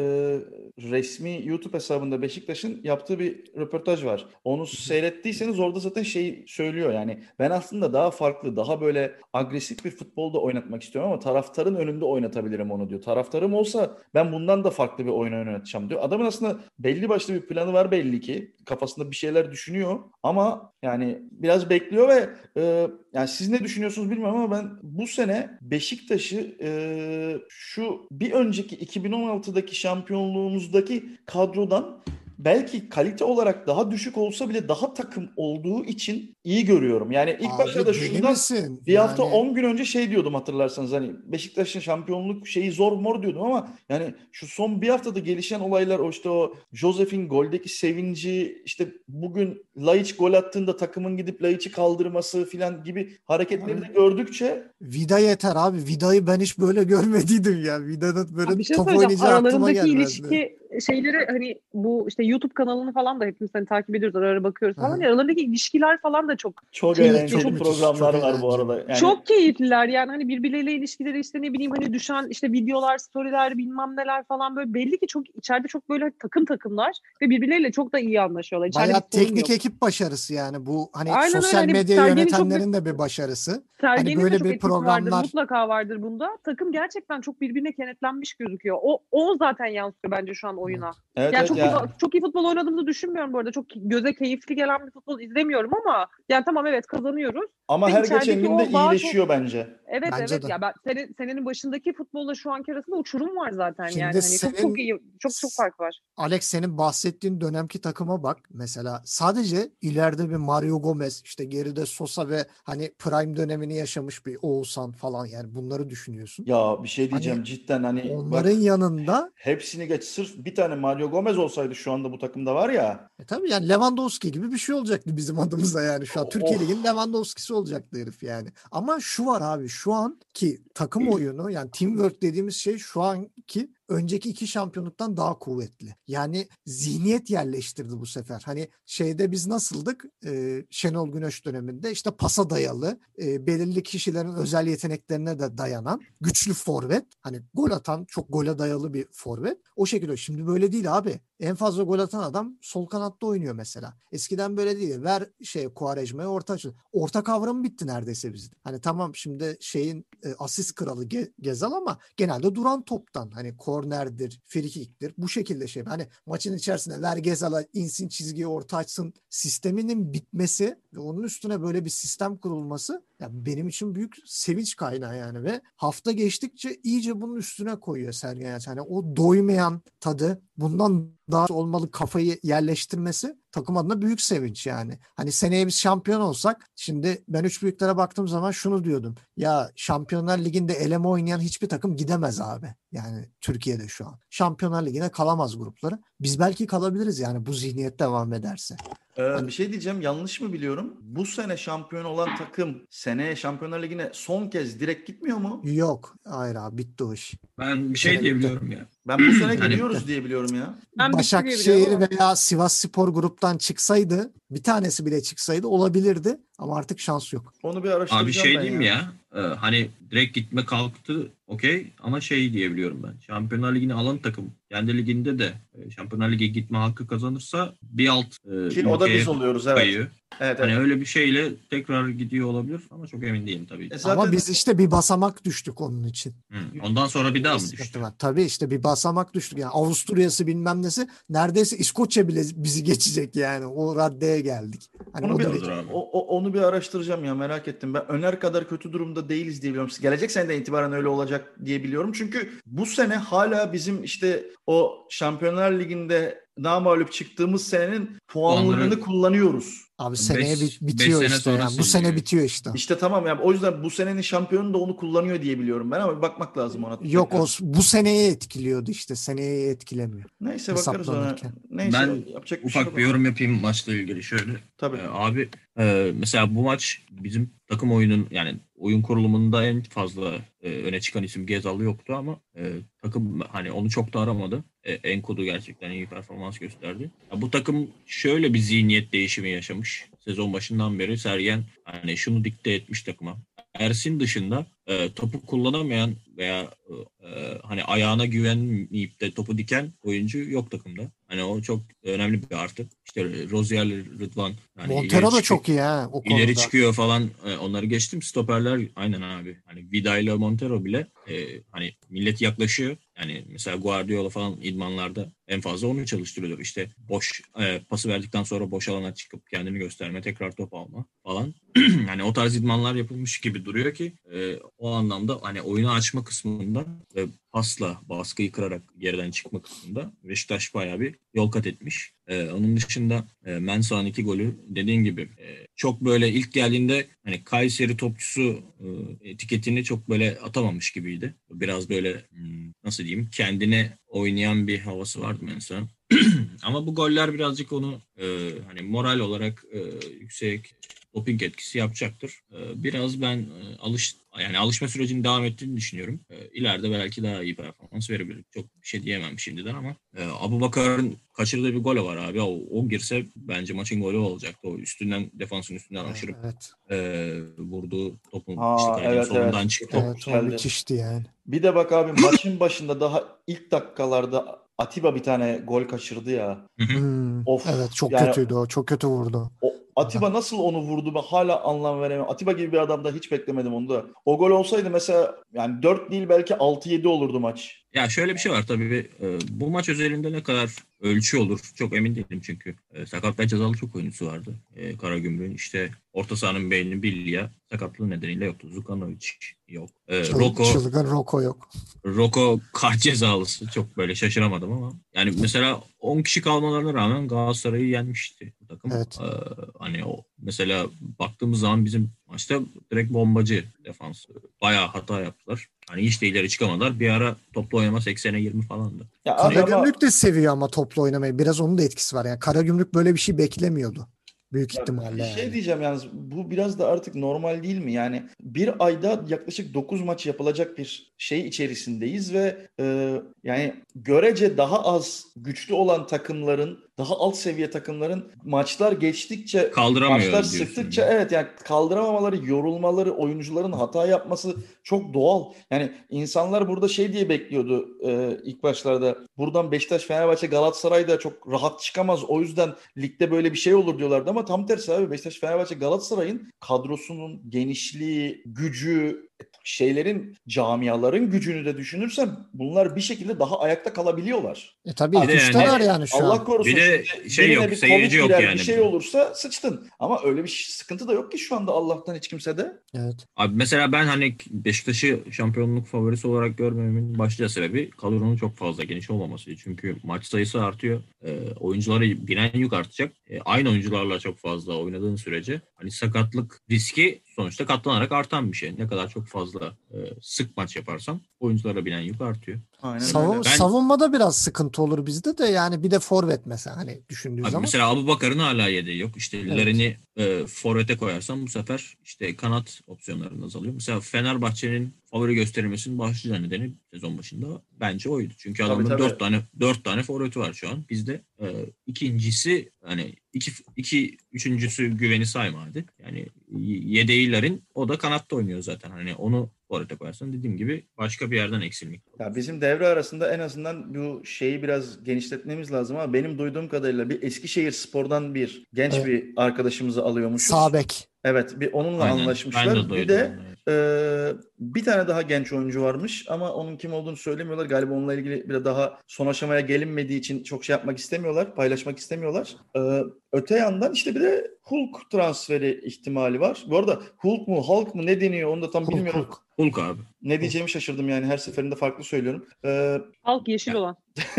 resmi YouTube hesabında Beşiktaş'ın yaptığı bir röportaj var. Onu seyrettiyseniz orada zaten şey söylüyor, yani ben aslında daha farklı, daha böyle agresif bir futbolda oynatmak istiyorum ama taraftarın önünde oynatabilirim onu diyor. Taraftarım olsa ben bundan da farklı bir oyun oynatacağım diyor. Adamın aslında belli başlı bir planı var belli ki. Kafasında bir şeyler düşünüyor ama yani biraz bekliyor ve e, yani siz ne düşünüyorsunuz bilmiyorum ama ben bu sene Beşiktaş'ı e, şu bir önceki iki bin on altıdaki şampiyonluğumuzdaki kadrodan belki kalite olarak daha düşük olsa bile daha takım olduğu için iyi görüyorum. Yani ilk Abi başlarda deli şundan misin? bir hafta Yani on gün önce şey diyordum, hatırlarsanız hani Beşiktaş'ın şampiyonluk şeyi zor mor diyordum ama yani şu son bir haftada gelişen olaylar, o işte o Josef'in goldeki sevinci, işte bugün Laiç gol attığında takımın gidip Laiç'i kaldırması filan gibi hareketleri de gördükçe Vida yeter abi. Vida'yı ben hiç böyle görmediydim ya. Vida'nın böyle Abi bir şey top söyleyeceğim. oynayacağı aklıma Aralarındaki gelmezdi. ilişki şeyleri, hani bu işte YouTube kanalını falan da hepimiz hani takip ediyoruz. Ara ara bakıyoruz falan. Aha. Ya aralarındaki ilişkiler falan da çok çok keyifli, eğlenceli Çok çok müthiş, çok programlar var bu eğlenceli. arada. Yani çok keyifliler. Yani hani birbirleriyle ilişkileri, işte ne bileyim hani düşen işte videolar, storyler, bilmem neler falan, böyle belli ki çok içeride çok böyle takım takımlar ve birbirleriyle çok da iyi anlaşıyorlar. İçeride Bayağı bir sorun teknik yok. ekip başarısı yani bu, hani Aynen öyle. sosyal Hani medya Sergen'in çok bir yönetenlerin de bir başarısı. Hani Sergen'in de böyle çok bir etkisi vardır. programlar, Mutlaka vardır bunda. Takım gerçekten çok birbirine kenetlenmiş gözüküyor. O o zaten yansıyor bence şu an oyuna. evet Yani evet çok iyi, ya, çok iyi futbol oynadığımızı düşünmüyorum bu arada. Çok göze keyifli gelen bir futbol izlemiyorum ama yani tamam, evet, kazanıyoruz ama ve her geçen içerideki gün de o bağ çok, iyileşiyor bence. evet bence evet de. ya, ben senin, senenin başındaki futbolla şu anki arasında uçurum var zaten, yani Şimdi hani çok çok senin iyi, çok çok fark var. Alex, senin bahsettiğin dönemki takıma bak. Mesela sadece ileride bir Mario Gomez, işte geride Sosa ve hani prime dönemini yaşamış bir Oğuzhan falan, yani bunları düşünüyorsun. Ya bir şey Hani diyeceğim cidden, hani onların bak, yanında hepsini geç, sırf bir tane Mario Gomez olsaydı şu anda bu takımda var ya, e tabii yani Lewandowski gibi bir şey olacaktı bizim adımıza yani şu an. Türkiye of. Ligi'nin Lewandowski'si olacaktı herif yani. Ama şu var abi, şu anki takım oyunu, yani teamwork dediğimiz şey şu anki önceki iki şampiyonluktan daha kuvvetli. Yani zihniyet yerleştirdi bu sefer. Hani şeyde biz nasıldık? Ee, Şenol Güneş döneminde işte pasa dayalı, e, belirli kişilerin özel yeteneklerine de dayanan güçlü forvet. Hani gol atan, çok gole dayalı bir forvet. O şekilde. Şimdi böyle değil abi. En fazla gol atan adam sol kanatta oynuyor mesela. Eskiden böyle değil. Ver şey Quaresma'ya orta açı. Orta kavramı bitti neredeyse bizde. Hani tamam, şimdi şeyin e, asist kralı Ge- Gezal ama genelde duran toptan. Hani kornerdir, frikiktir. Bu şekilde şey. Hani maçın içerisinde ver Gezal'a, insin çizgiye orta açsın sisteminin bitmesi ve onun üstüne böyle bir sistem kurulması ya benim için büyük sevinç kaynağı yani. Ve hafta geçtikçe iyice bunun üstüne koyuyor Sergen Yalçın. Hani o doymayan tadı, bundan daha olmalı kafayı yerleştirmesi takım adına büyük sevinç yani. Hani seneye biz şampiyon olsak, şimdi ben üç büyüklere baktığım zaman şunu diyordum. Ya Şampiyonlar Ligi'nde eleme oynayan hiçbir takım gidemez abi. Yani Türkiye'de şu an. Şampiyonlar Ligi'ne kalamaz grupları. Biz belki kalabiliriz yani bu zihniyet devam ederse. Ee, Hani bir şey diyeceğim, yanlış mı biliyorum? Bu sene şampiyon olan takım seneye Şampiyonlar Ligi'ne son kez direkt gitmiyor mu? yok. Hayır abi, bitti o iş. Ben bir Bu şey sene bitti. diyebiliyorum ya. Ben bu sene Yani gidiyoruz diye biliyorum ya. Ben bitti diye biliyorum Başakşehir ama. veya Sivasspor gruptan çıksaydı, bir tanesi bile çıksaydı olabilirdi ama artık şans yok. Onu bir abi araştıracağım şey ben diyeyim mi ya. ya? e, hani direkt gitme kalktı, okey, ama şey diyebiliyorum ben. Şampiyonlar Ligi'ni alan takım kendi liginde de e, Şampiyonlar Ligi gitme hakkı kazanırsa bir alt e, Ki o da ülkeye biz oluyoruz, evet. kayıyor. Evet, Hani evet. öyle bir şeyle tekrar gidiyor olabilir ama çok emin değilim tabii. E zaten Ama biz işte bir basamak düştük onun için. Hı. Ondan sonra bir daha mı Sıkıntı düştü? var. Tabii işte bir basamak düştük. Yani Avusturya'sı bilmem nesi, neredeyse İskoçya bile bizi geçecek yani. O raddeye geldik. Hani onu o bir Doğrudur derece. abi. o, o- onu bir araştıracağım ya, merak ettim. Ben Öner kadar kötü durumda değiliz diye biliyorum. Gelecek seneden itibaren öyle olacak diye biliyorum. Çünkü bu sene hala bizim işte o Şampiyonlar Ligi'nde namağlup çıktığımız senenin puanlarını Puanları kullanıyoruz. Abi seneye bit- beş bitiyor sene işte sonra yani. Bu siliniyor. sene bitiyor işte. İşte tamam yani, o yüzden bu senenin şampiyonu da onu kullanıyor diye biliyorum ben, ama bir bakmak lazım ona Yok, o tekrar. bu seneyi etkiliyordu işte. Seneyi etkilemiyor. Neyse bakarız ona. Hesaplanırken. Neyse, Ben yapacak bir şey ufak yok. bir yorum yapayım maçla ilgili şöyle. Tabii. Ee, abi e, mesela bu maç bizim takım oyunun yani oyun kurulumunda en fazla e, öne çıkan isim Gezal yoktu ama e, takım hani onu çok da aramadı. E, Enkudu gerçekten iyi performans gösterdi. Ya, bu takım şöyle bir zihniyet değişimi yaşamış. Sezon başından beri Sergen hani şunu dikte etmiş takıma. Ersin dışında e, topu kullanamayan veya e, e, hani ayağına güvenmeyip de topu diken oyuncu yok takımda. Hani o çok önemli bir artı. İşte Rozier, Rıdvan yani ileri Montero da çıkıyor, çok iyi ha o ileri konuda. çıkıyor falan. E, onları geçtim. Stoperler aynen abi. Hani Vida ile Montero bile e, hani millet yaklaşıyor. Yani mesela Guardiola falan idmanlarda en fazla onu çalıştırıyordur. İşte boş e, pası verdikten sonra boş alana çıkıp kendini gösterme, tekrar top alma falan. Hani o tarz idmanlar yapılmış gibi duruyor ki e, o anlamda hani oyunu açma kısmında ve pasla baskıyı kırarak geriden çıkma kısmında Beşiktaş bayağı bir yol kat etmiş. E, onun dışında e, Mensah'ın iki golü dediğin gibi e, çok böyle ilk geldiğinde hani Kayseri topçusu e, etiketini çok böyle atamamış gibiydi. Biraz böyle hmm, nasıl diyeyim kendine oynayan bir havası vardı Mensah'ın. Ama bu goller birazcık onu e, hani moral olarak e, yüksek doping etkisi yapacaktır. E, biraz ben e, alış yani alışma sürecinin devam ettiğini düşünüyorum. E, ileride belki daha iyi performans verebilir. Çok bir şey diyemem şimdiden ama e, Abubakar'ın kaçırdığı bir gol var abi. O, o girse bence maçın golü olacaktı. O üstünden defansın üstünden aşırıp Evet. e, vurduğu topun işte Ha, kalecinin evet solundan evet. O çıktı. çok Evet, o güzeldi. müthişti yani. Bir de bak abi, maçın başında daha ilk dakikalarda Atiba bir tane gol kaçırdı ya. Hı hı. Hmm, Of evet, çok yani, kötüydü o. Çok kötü vurdu. o Atiba nasıl onu vurdu ben hala anlam veremiyorum. Atiba gibi bir adamda hiç beklemedim onu da. O gol olsaydı mesela yani dört değil belki altı yedi olurdu maç. Ya şöyle bir şey var tabii. E, bu maç özelinde ne kadar ölçü olur çok emin değilim çünkü. E, sakatlığa cezalı çok oyuncusu vardı. E, Karagümrük'ün işte orta sahanın beyni Bilya sakatlığı nedeniyle yoktu. Zukanovic yok. E, Çıl, Roko çılgın Roko yok. Roko kart cezalısı. Çok böyle şaşıramadım ama. Yani mesela on kişi kalmalarına rağmen Galatasaray'ı yenmişti bu takım. Evet. Ee, hani o mesela baktığımız zaman bizim maçta direkt bombacı defans. Bayağı hata yaptılar. Hani hiç de ileri çıkamadılar. Bir ara toplu oynama seksene yirmi falandı. Ya abi Karagümrük ama de seviyor ama toplu oynamayı. Biraz onun da etkisi var. Yani Karagümrük böyle bir şey beklemiyordu. Büyük ya bir ihtimalle şey yani. diyeceğim yalnız, bu biraz da artık normal değil mi? Yani bir ayda yaklaşık dokuz maç yapılacak bir şey içerisindeyiz ve e, yani görece daha az güçlü olan takımların, daha alt seviye takımların maçlar geçtikçe, maçlar Kaldıramıyor diyorsun sıktıkça, yani. evet yani kaldıramamaları, yorulmaları, oyuncuların hata yapması çok doğal. Yani insanlar burada şey diye bekliyordu e, ilk başlarda. Buradan Beşiktaş, Fenerbahçe, Galatasaray da çok rahat çıkamaz. O yüzden ligde böyle bir şey olur diyorlardı ama tam tersi abi, Beşiktaş, Fenerbahçe, Galatasaray'ın kadrosunun genişliği, gücü, şeylerin, camiaların gücünü de düşünürsen bunlar bir şekilde daha ayakta kalabiliyorlar. E tabii Ha, Bir ilk de yani üçteler Allah, yani şu Allah an. korusun bir de şimdi şey birine yok. bir Covid Seyirci yok girer, bir yani şey bir de. olursa sıçtın. Ama öyle bir sıkıntı da yok ki şu anda Allah'tan hiç kimsede. Evet. Abi mesela ben hani Beşiktaş'ı şampiyonluk favorisi olarak görmememin başlıca sebebi kadronun çok fazla geniş olmaması. Çünkü maç sayısı artıyor. E, oyunculara binen yük artacak. E, aynı oyuncularla çok fazla oynadığın sürece hani sakatlık riski sonuçta katlanarak artan bir şey. Ne kadar çok fazla e, sık maç yaparsan oyunculara binen yük artıyor. Aynen Savun, öyle. Ben savunmada biraz sıkıntı olur bizde de yani, bir de forvet mesela hani düşündüğü Abi zaman. mesela Abubakar'ın hala yedeği yok. İşte Evet. Larin'i e, forvete koyarsan bu sefer işte kanat opsiyonların azalıyor. Mesela Fenerbahçe'nin favori gösterilmesinin başlıca nedeni sezon başında bence oydu. Çünkü Tabii adamların dört tabii. tane dört tane forveti var şu an. Bizde e, ikincisi hani iki, iki üçüncüsü Güven'i sayma hadi. Yani yedeği Larin, o da kanatta oynuyor zaten. Hani onu forvete koyarsan dediğim gibi başka bir yerden eksilmek. Ya bizim devre arasında en azından bu şeyi biraz genişletmemiz lazım ama benim duyduğum kadarıyla bir Eskişehirspor'dan bir genç Evet. bir arkadaşımızı alıyormuşuz. Sağ bek. Evet, bir onunla Aynen. anlaşmışlar. Ben de Bir duydum de onu, evet. e, bir tane daha genç oyuncu varmış ama onun kim olduğunu söylemiyorlar. Galiba onunla ilgili bir daha son aşamaya gelinmediği için çok şey yapmak istemiyorlar, paylaşmak istemiyorlar. E, öte yandan işte bir de Hulk transferi ihtimali var. Bu arada Hulk mu, Hulk mu ne deniyor onu da tam Hulk, bilmiyorum. Hulk. Hulk abi. Ne diyeceğimi şaşırdım yani her seferinde farklı söylüyorum. E, Halk yeşil olan.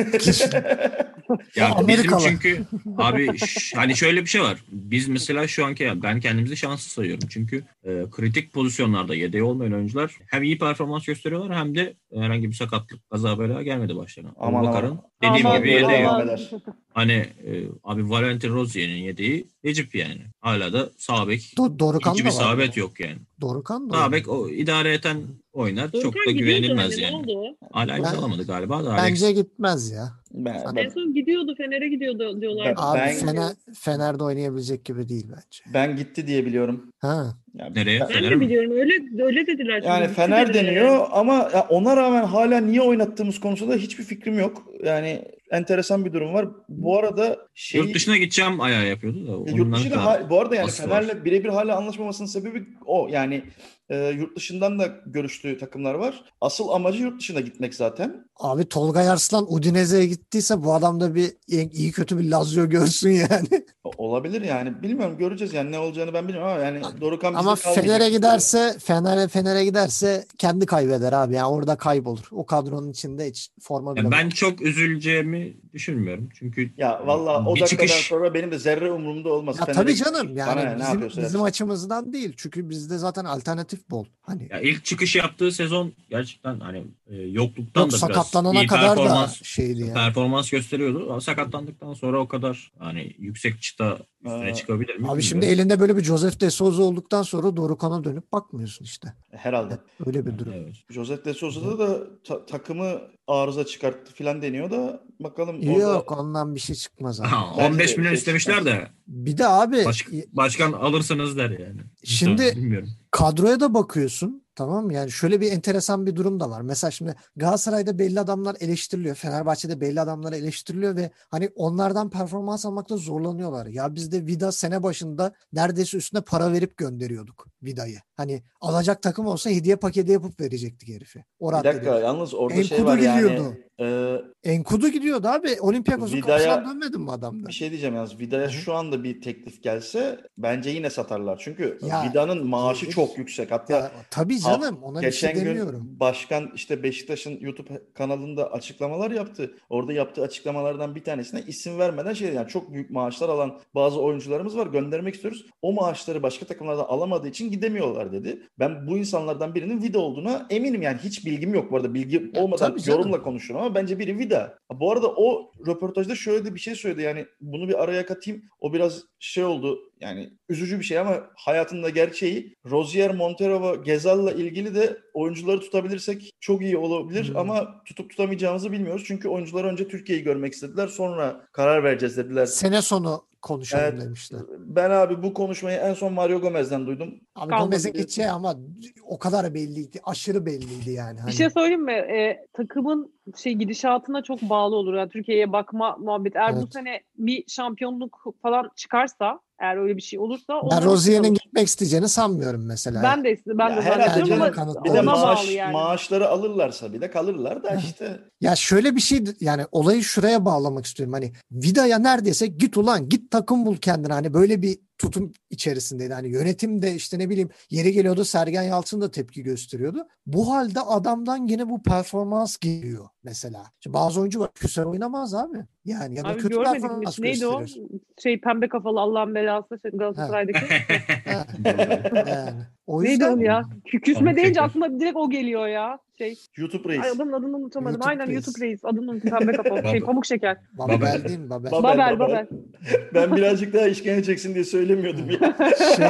Ya O bizim Amerikalı. çünkü abi ş- hani şöyle bir şey var. Biz mesela şu anki ben kendimizi şanslı sayıyorum. Çünkü e, kritik pozisyonlarda yedeği olmayan oyuncular hem iyi performans gösteriyorlar hem de herhangi bir sakatlık, kaza bela gelmedi başlarına. Aman Abubakar'ın aman. dediğim Aman, gibi Böyle yedeği devam yok. eder. Hani e, abi Valentin Rozier'in yedeği Necip yani. Hala da sağ bek. Do- Dorukhan Hiçbir da var. sağ bek yok yani. Dorukhan da Sağ oynuyor. bek o idare eten oynar. Çok da Dorukhan gidiyordu güvenilmez hani, ne yani. oldu? Hala imzalamadı galiba da Alex. Bence gitmez ya. Ben, En ben, son gidiyordu, Fener'e gidiyordu diyorlardı. Ben- Abi ben- Fener, Fener'de oynayabilecek gibi değil bence. ben gitti diye biliyorum. Ha. Ya, Nereye? ben- Ben Fener'e de mi? biliyorum, öyle öyle dediler. çünkü. Yani Gitti Fener dediler deniyor yani. ama ya ona rağmen hala niye oynattığımız konusunda hiçbir fikrim yok. Yani enteresan bir durum var. Bu arada şey Yurt dışına gideceğim ayağı yapıyordu da. Ya Ondan yurt dışında da ha- bu arada yani aslı var. Fener'le birebir hala anlaşmamasının sebebi o. Yani e, yurt dışından da görüştüğü takımlar var. Asıl amacı yurt dışına gitmek zaten. Abi Tolga Yarslan Udinese'ye gittiyse bu adam da bir iyi kötü bir Lazio görsün yani. O- Olabilir yani. Bilmiyorum, göreceğiz yani ne olacağını ben bilmiyorum ama yani Dorukhan bizde Ama kalmayacak. Fener'e giderse Fener'e Fener'e giderse kendi kaybeder abi. Yani orada kaybolur. O kadronun içinde hiç forma bile Yani ben bulamaz. çok üzüleceğimi düşünmüyorum. Çünkü Ya valla o bir dakikadan çıkış sonra benim de zerre umurumda olmaz. Ya Fener'e tabii gitsin. canım Bana yani ne, ne bizim, yapıyorsa bizim yapsın. açımızdan değil. Çünkü bizde zaten alternatif bol. Hani ya ilk çıkış yaptığı sezon gerçekten hani e, yokluktan yok da biraz sakatlanana iyi kadar da performans şeydi yani. performans gösteriyordu. Ama sakatlandıktan sonra o kadar hani yüksek çıta üstüne Ee, çıkabilir mi? Abi şimdi bilmiyorum. elinde böyle bir Joseph de Souza olduktan sonra Dorukhan'a dönüp bakmıyorsun işte. Herhalde. Öyle bir durum. Evet. Joseph de Sousa'da da ta- takımı arıza çıkarttı filan deniyor da bakalım orada. Yok ondan bir şey çıkmaz abi. Aha, Bence on beş de milyon şey istemişler çıkmaz. de Bir de abi baş- başkan alırsınız der yani. Şimdi- bilmiyorum. kadroya da bakıyorsun. Tamam mı? Yani şöyle bir enteresan bir durum da var. Mesela şimdi Galatasaray'da belli adamlar eleştiriliyor. Fenerbahçe'de belli adamlar eleştiriliyor ve hani onlardan performans almakta zorlanıyorlar. Ya biz de Vida sene başında neredeyse üstüne para verip gönderiyorduk Vida'yı. Hani alacak takım olsa hediye paketi yapıp verecektik herifi. O Bir dakika raddede. yalnız orada Enkudu şey var yani. gidiyordu. e, Enkudu gidiyordu abi. Olympiakos'un Vida'ya- kapısından dönmedin mi adamda? Bir şey diyeceğim yalnız. Vida'ya Hı hı. şu anda bir teklif gelse bence yine satarlar. Çünkü Ya, Vida'nın maaşı gelir. çok yüksek. Hatta Ya, tabii ha- canım ona bir şey geçen gün demiyorum. başkan işte Beşiktaş'ın YouTube kanalında açıklamalar yaptı. Orada yaptığı açıklamalardan bir tanesine isim vermeden şey dedi, yani çok büyük maaşlar alan bazı oyuncularımız var, göndermek istiyoruz. O maaşları başka takımlardan alamadığı için gidemiyorlar dedi. Ben bu insanlardan birinin Vida olduğuna eminim, yani hiç bilgim yok bu arada. Bilgi Ya, olmadan tabii canım. yorumla konuşuyorum ama bence biri Vida. Bu arada o röportajda şöyle de bir şey söyledi, yani bunu bir araya katayım. O biraz şey oldu, yani üzücü bir şey ama hayatında gerçeği. Rozier, Montero ve Gezal'la ilgili de oyuncuları tutabilirsek çok iyi olabilir Hmm. ama tutup tutamayacağımızı bilmiyoruz. Çünkü oyuncular önce Türkiye'yi görmek istediler, sonra karar vereceğiz dediler. Sene sonu konuşalım Evet. demişler. Ben abi bu konuşmayı en son Mario Gomez'den duydum. Abi Kalmadı Gomez'in diyorsun. gideceği ama o kadar belliydi. Aşırı belliydi yani. Bir Hani, şey söyleyeyim mi? Ee, takımın şey gidişatına çok bağlı olur. Yani Türkiye'ye bakma muhabbet. Eğer bu Evet. sene bir şampiyonluk falan çıkarsa, eğer öyle bir şey olursa ben onlar Rozier'in kalır. gitmek isteyeceğini sanmıyorum mesela. Ben de ben Ya de herhalde zannediyorum canım, ama bir de ona maaş, bağlı yani. maaşları alırlarsa bir de kalırlar da işte. Ya şöyle bir şey, yani olayı şuraya bağlamak istiyorum. Hani Vida'ya neredeyse git ulan git takım bul kendine. Hani böyle bir tutum içerisindeydi. Hani yönetim de işte ne bileyim yeri geliyordu, Sergen Yalçın da tepki gösteriyordu. Bu halde adamdan yine bu performans geliyor mesela. Şimdi bazı oyuncu var küser oynamaz abi. Yani ya da Abi kötü görmedik mi? performans Neydi o? gösterir. Şey pembe kafalı Allah'ın belası şey, Galatasaray'daki. Ha, yani. O Neydi yüzden o ya? Kü- Küsme Pamuk deyince şeker. aklıma direkt o geliyor ya. Şey, YouTube ay reis. adamın adını unutamadım. YouTube Aynen Reis. YouTube Reis. Adını unuttum. Pembe kafalı. şey Baba. pamuk şeker. Babel değil mi? Babel. Babel, Babel, Babel. Babel. Ben birazcık daha işkence çeksin diye söylemiyordum ya. Şey,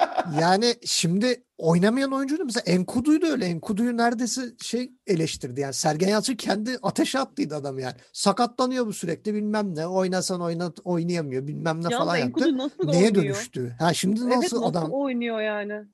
yani şimdi oynamayan oyuncu da mesela Enkudu'yu da öyle. Enkudu'yu neredeyse şey eleştirdi. Yani Sergen Yalçın kendi ateşe attıydı adam yani. Sakatlanıyor bu sürekli bilmem ne. Oynasan oynat oynayamıyor bilmem ne Yalnız falan yaptı. Enkudu nasıl Neye oynuyor? dönüştü? Ha şimdi Evet nasıl nasıl adam oynuyor yani? hani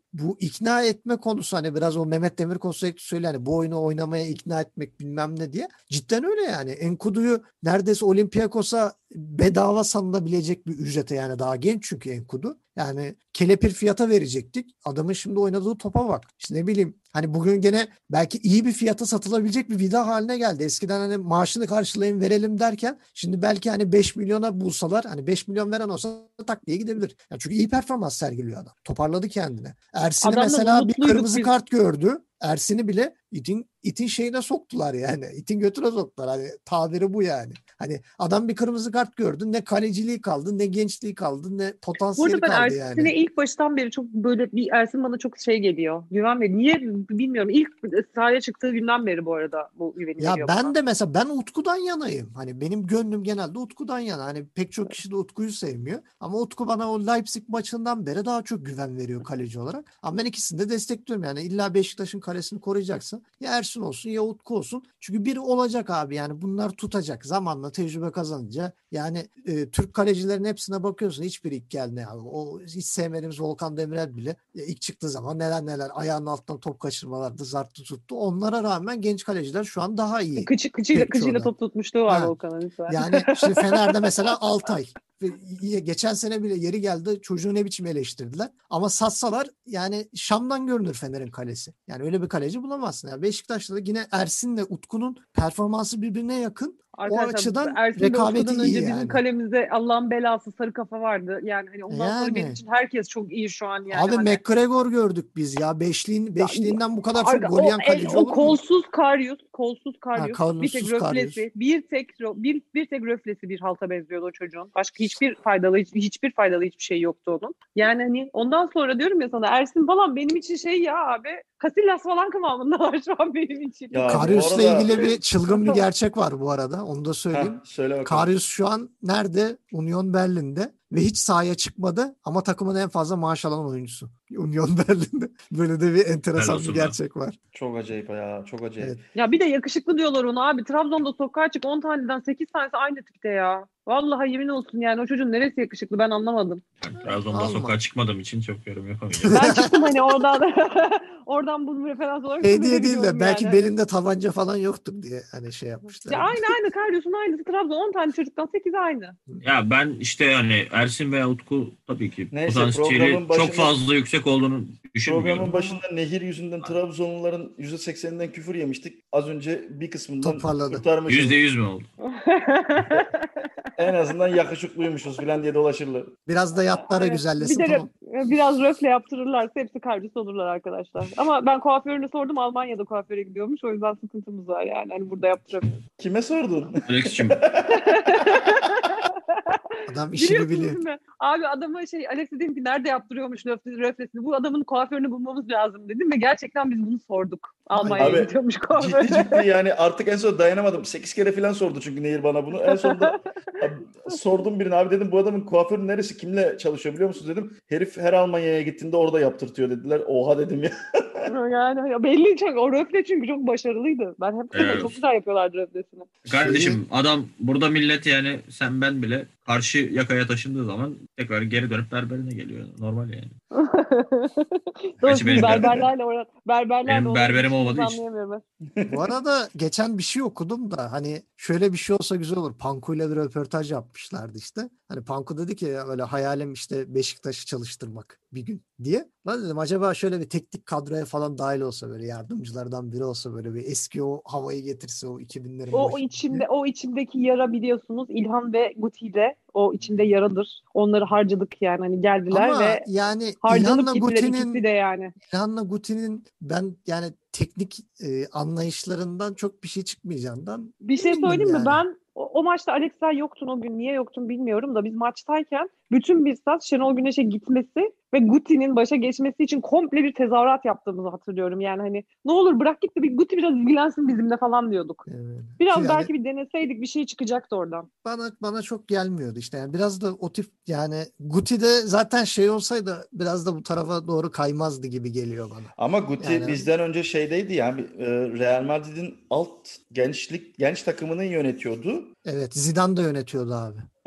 bu ikna etme konusu hani biraz o Mehmet Demirkol sürekli söylüyor hani bu oyunu oynamaya ikna etmek bilmem ne diye. Cidden öyle yani. Enkudu'yu neredeyse Olympiakos'a bedava sanılabilecek bir ücrete yani daha genç çünkü Enkudu. Yani kelepir fiyata verecektik. Adamın şimdi oynadığı topa bak. İşte ne bileyim hani bugün gene belki iyi bir fiyata satılabilecek bir vida haline geldi. Eskiden hani maaşını karşılayın verelim derken şimdi belki hani beş milyona bulsalar hani beş milyon veren olsa tak diye gidebilir. Yani çünkü iyi performans sergiliyor adam. Toparladı kendini. Ersin'i Adamdan mesela bir umutluyduk kırmızı biz. kart gördü. Ersin'i bile itin itin şeyine soktular yani. İtin götüne soktular. Hani tabiri bu yani. Hani adam bir kırmızı kart gördü. Ne kaleciliği kaldı, ne gençliği kaldı, ne Bu potansiyeli arada ben kaldı Ersin'e yani. ilk baştan beri çok böyle bir Ersin bana çok şey geliyor. Güven veriyor. Niye bilmiyorum. İlk sahaya çıktığı günden beri bu arada bu güveni Ya veriyor ben bana. de mesela ben Utku'dan yanayım. Hani benim gönlüm genelde Utku'dan yana. Hani pek çok kişi de Utku'yu sevmiyor. Ama Utku bana o Leipzig maçından beri daha çok güven veriyor kaleci olarak. Ama ben ikisini de destekliyorum. Yani illa Beşiktaş'ın kalesini koruyacaksa ya Ersin olsun ya Utku olsun. Çünkü biri olacak abi yani bunlar tutacak. Zamanla tecrübe kazanınca yani e, Türk kalecilerin hepsine bakıyorsun. Hiçbiri ilk geldi. Yani. O hiç sevmediğimiz Volkan Demirel bile e, ilk çıktığı zaman neler neler ayağının altından top kaçırmalardı, zarttı tuttu. Onlara rağmen genç kaleciler şu an daha iyi. Kıçı, kıçıyla, Pek kıçıyla çoğundan. top tutmuşluğu var Ha. Volkan'ın lütfen. Yani şimdi Fener'de mesela Altay. Ve y- geçen sene bile yeri geldi çocuğu ne biçim eleştirdiler. Ama satsalar yani Şam'dan görünür Fener'in kalesi. Yani öyle bir kaleci bulamazsın. Yani Beşiktaş'ta da yine Ersin'le Utku'nun performansı birbirine yakın. O Arkadaşlar açıdan Ersin ve rekabeti Utku'dan iyi önce bizim yani. kalemizde Allah'ın belası sarı kafa vardı. Yani hani ondan sonra benim Yani. için herkes çok iyi şu an yani Abi hani. McGregor gördük biz ya. Beşliğin, Ya, beşliğinden bu kadar arka- çok gol o, yiyen el, kaleci o olur mu? kolsuz Karius, kolsuz Ha, Karius, bir tek kanunsuz Karius. röflesi, bir tek ro- bir bir tek röflesi bir halta benziyordu o çocuğun. Başka hiçbir faydalı hiç- hiçbir faydalı hiçbir şey yoktu onun. Yani hani ondan sonra diyorum ya sana Ersin falan benim için şey ya abi Casillas falan kıvamında var şu an benim için. Ya bu Karius'la arada ilgili bir çılgın bir gerçek var bu arada. Onu da söyleyeyim. Heh, söyle bakalım. Karius şu an nerede? Union Berlin'de ve hiç sahaya çıkmadı ama takımın en fazla maaş alan oyuncusu. Union Berlin'de. Böyle de bir enteresan bir olsun be. gerçek var. Çok acayip ya, çok acayip. Evet. Ya bir de yakışıklı diyorlar ona abi. Trabzon'da sokağa çık on taneden sekiz tanesi aynı tipte ya. Vallahi yemin olsun yani o çocuğun neresi yakışıklı ben anlamadım. Ben Trabzon'dan Alma. sokağa çıkmadığım için çok yorum yapamayacağım. Ben çıktım hani oradan oradan bunu referans olarak Hediye söylemek değil de istiyorum belki yani. belinde tabanca falan yoktur diye hani şey yapmışlar. Ya aynı aynı Karius'un aynısı. Trabzon on tane çocuktan sekizi aynı. Ya ben işte hani Ersin veya Utku tabii ki Neyse, potansiyeli programın başında- çok fazla yüksek olduğunu düşünmüyorum. Programın başında Nehir yüzünden Trabzonluların yüzde sekseninden küfür yemiştik. Az önce bir kısmından Toparladı. kurtarmışız. Yüzde yüz mü oldu? En azından yakışıklıymışız falan diye dolaşırlar. Biraz da yatlara Evet. güzellesin Bir de tamam. biraz röfle yaptırırlarsa hepsi Karius olurlar arkadaşlar. Ama ben kuaförüne sordum Almanya'da kuaföre gidiyormuş. O yüzden sıkıntımız var yani. Hani burada yaptıramıyoruz. Kime sordun? Alex'cim Adam işini Biliyorsunuz biliyor. değil mi? Abi adama şey Alex dedim ki nerede yaptırıyormuş röfle- röflesini? Bu adamın kuaförünü bulmamız lazım dedim ve gerçekten biz bunu sorduk. Almanya'ya Abi, gidiyormuş kuaföre. Ciddi ciddi yani artık en son dayanamadım. sekiz kere falan sordu çünkü Nehir bana bunu. En sonunda abi, sordum birine abi dedim bu adamın kuaförü neresi kimle çalışıyor biliyor musunuz dedim. Herif her Almanya'ya gittiğinde orada yaptırtıyor dediler. Oha dedim ya. Yani ya belli çünkü o röfle çünkü çok başarılıydı. Ben hep Evet. çok güzel yapıyorlardı röflesini. kardeşim adam burada millet yani sen ben bile karşı yakaya taşındığı zaman tekrar geri dönüp berberine geliyor. Normal yani. Doğru, benim ber- berberlerle orada berberlerle benim olan berberim ilişkimizi olmadığı için. anlayamıyorum ben. Bu arada geçen bir şey okudum da hani şöyle bir şey olsa güzel olur. Panku'yla bir röportaj yapmışlardı işte. Hani Panku dedi ki ya böyle hayalim işte Beşiktaş'ı çalıştırmak bir gün diye. Ben dedim acaba şöyle bir teknik kadroya falan dahil olsa böyle yardımcılardan biri olsa böyle bir eski o havayı getirse o iki binlerin O, o başı içimde diye. o içimdeki yara biliyorsunuz İlhan ve Guti'de o içimde yaradır. Onları harcadık yani hani geldiler Ama ve yani harcanıp İlhan'la gittiler ikisi Guti'nin de yani. İlhan'la Guti'nin ben yani teknik e, anlayışlarından çok bir şey çıkmayacağından Bir şey eminim söyleyeyim mi? yani. Ben o, o maçta Alex'ler yoktun o gün. Niye yoktun bilmiyorum da biz maçtayken bütün bir saat Şenol Güneş'e gitmesi ve Guti'nin başa geçmesi için komple bir tezahürat yaptığımızı hatırlıyorum. Yani hani ne olur bırak git de bir Guti biraz ilgilensin bizimle falan diyorduk. Evet. Biraz Yani belki bir deneseydik bir şey çıkacaktı oradan. bana bana çok gelmiyordu işte yani biraz da o tip yani Guti'de zaten şey olsaydı biraz da bu tarafa doğru kaymazdı gibi geliyor bana. Ama Guti Yani- bizden önce şeydeydi yani e, Real Madrid'in alt gençlik genç takımını yönetiyordu. Evet Zidane da yönetiyordu abi.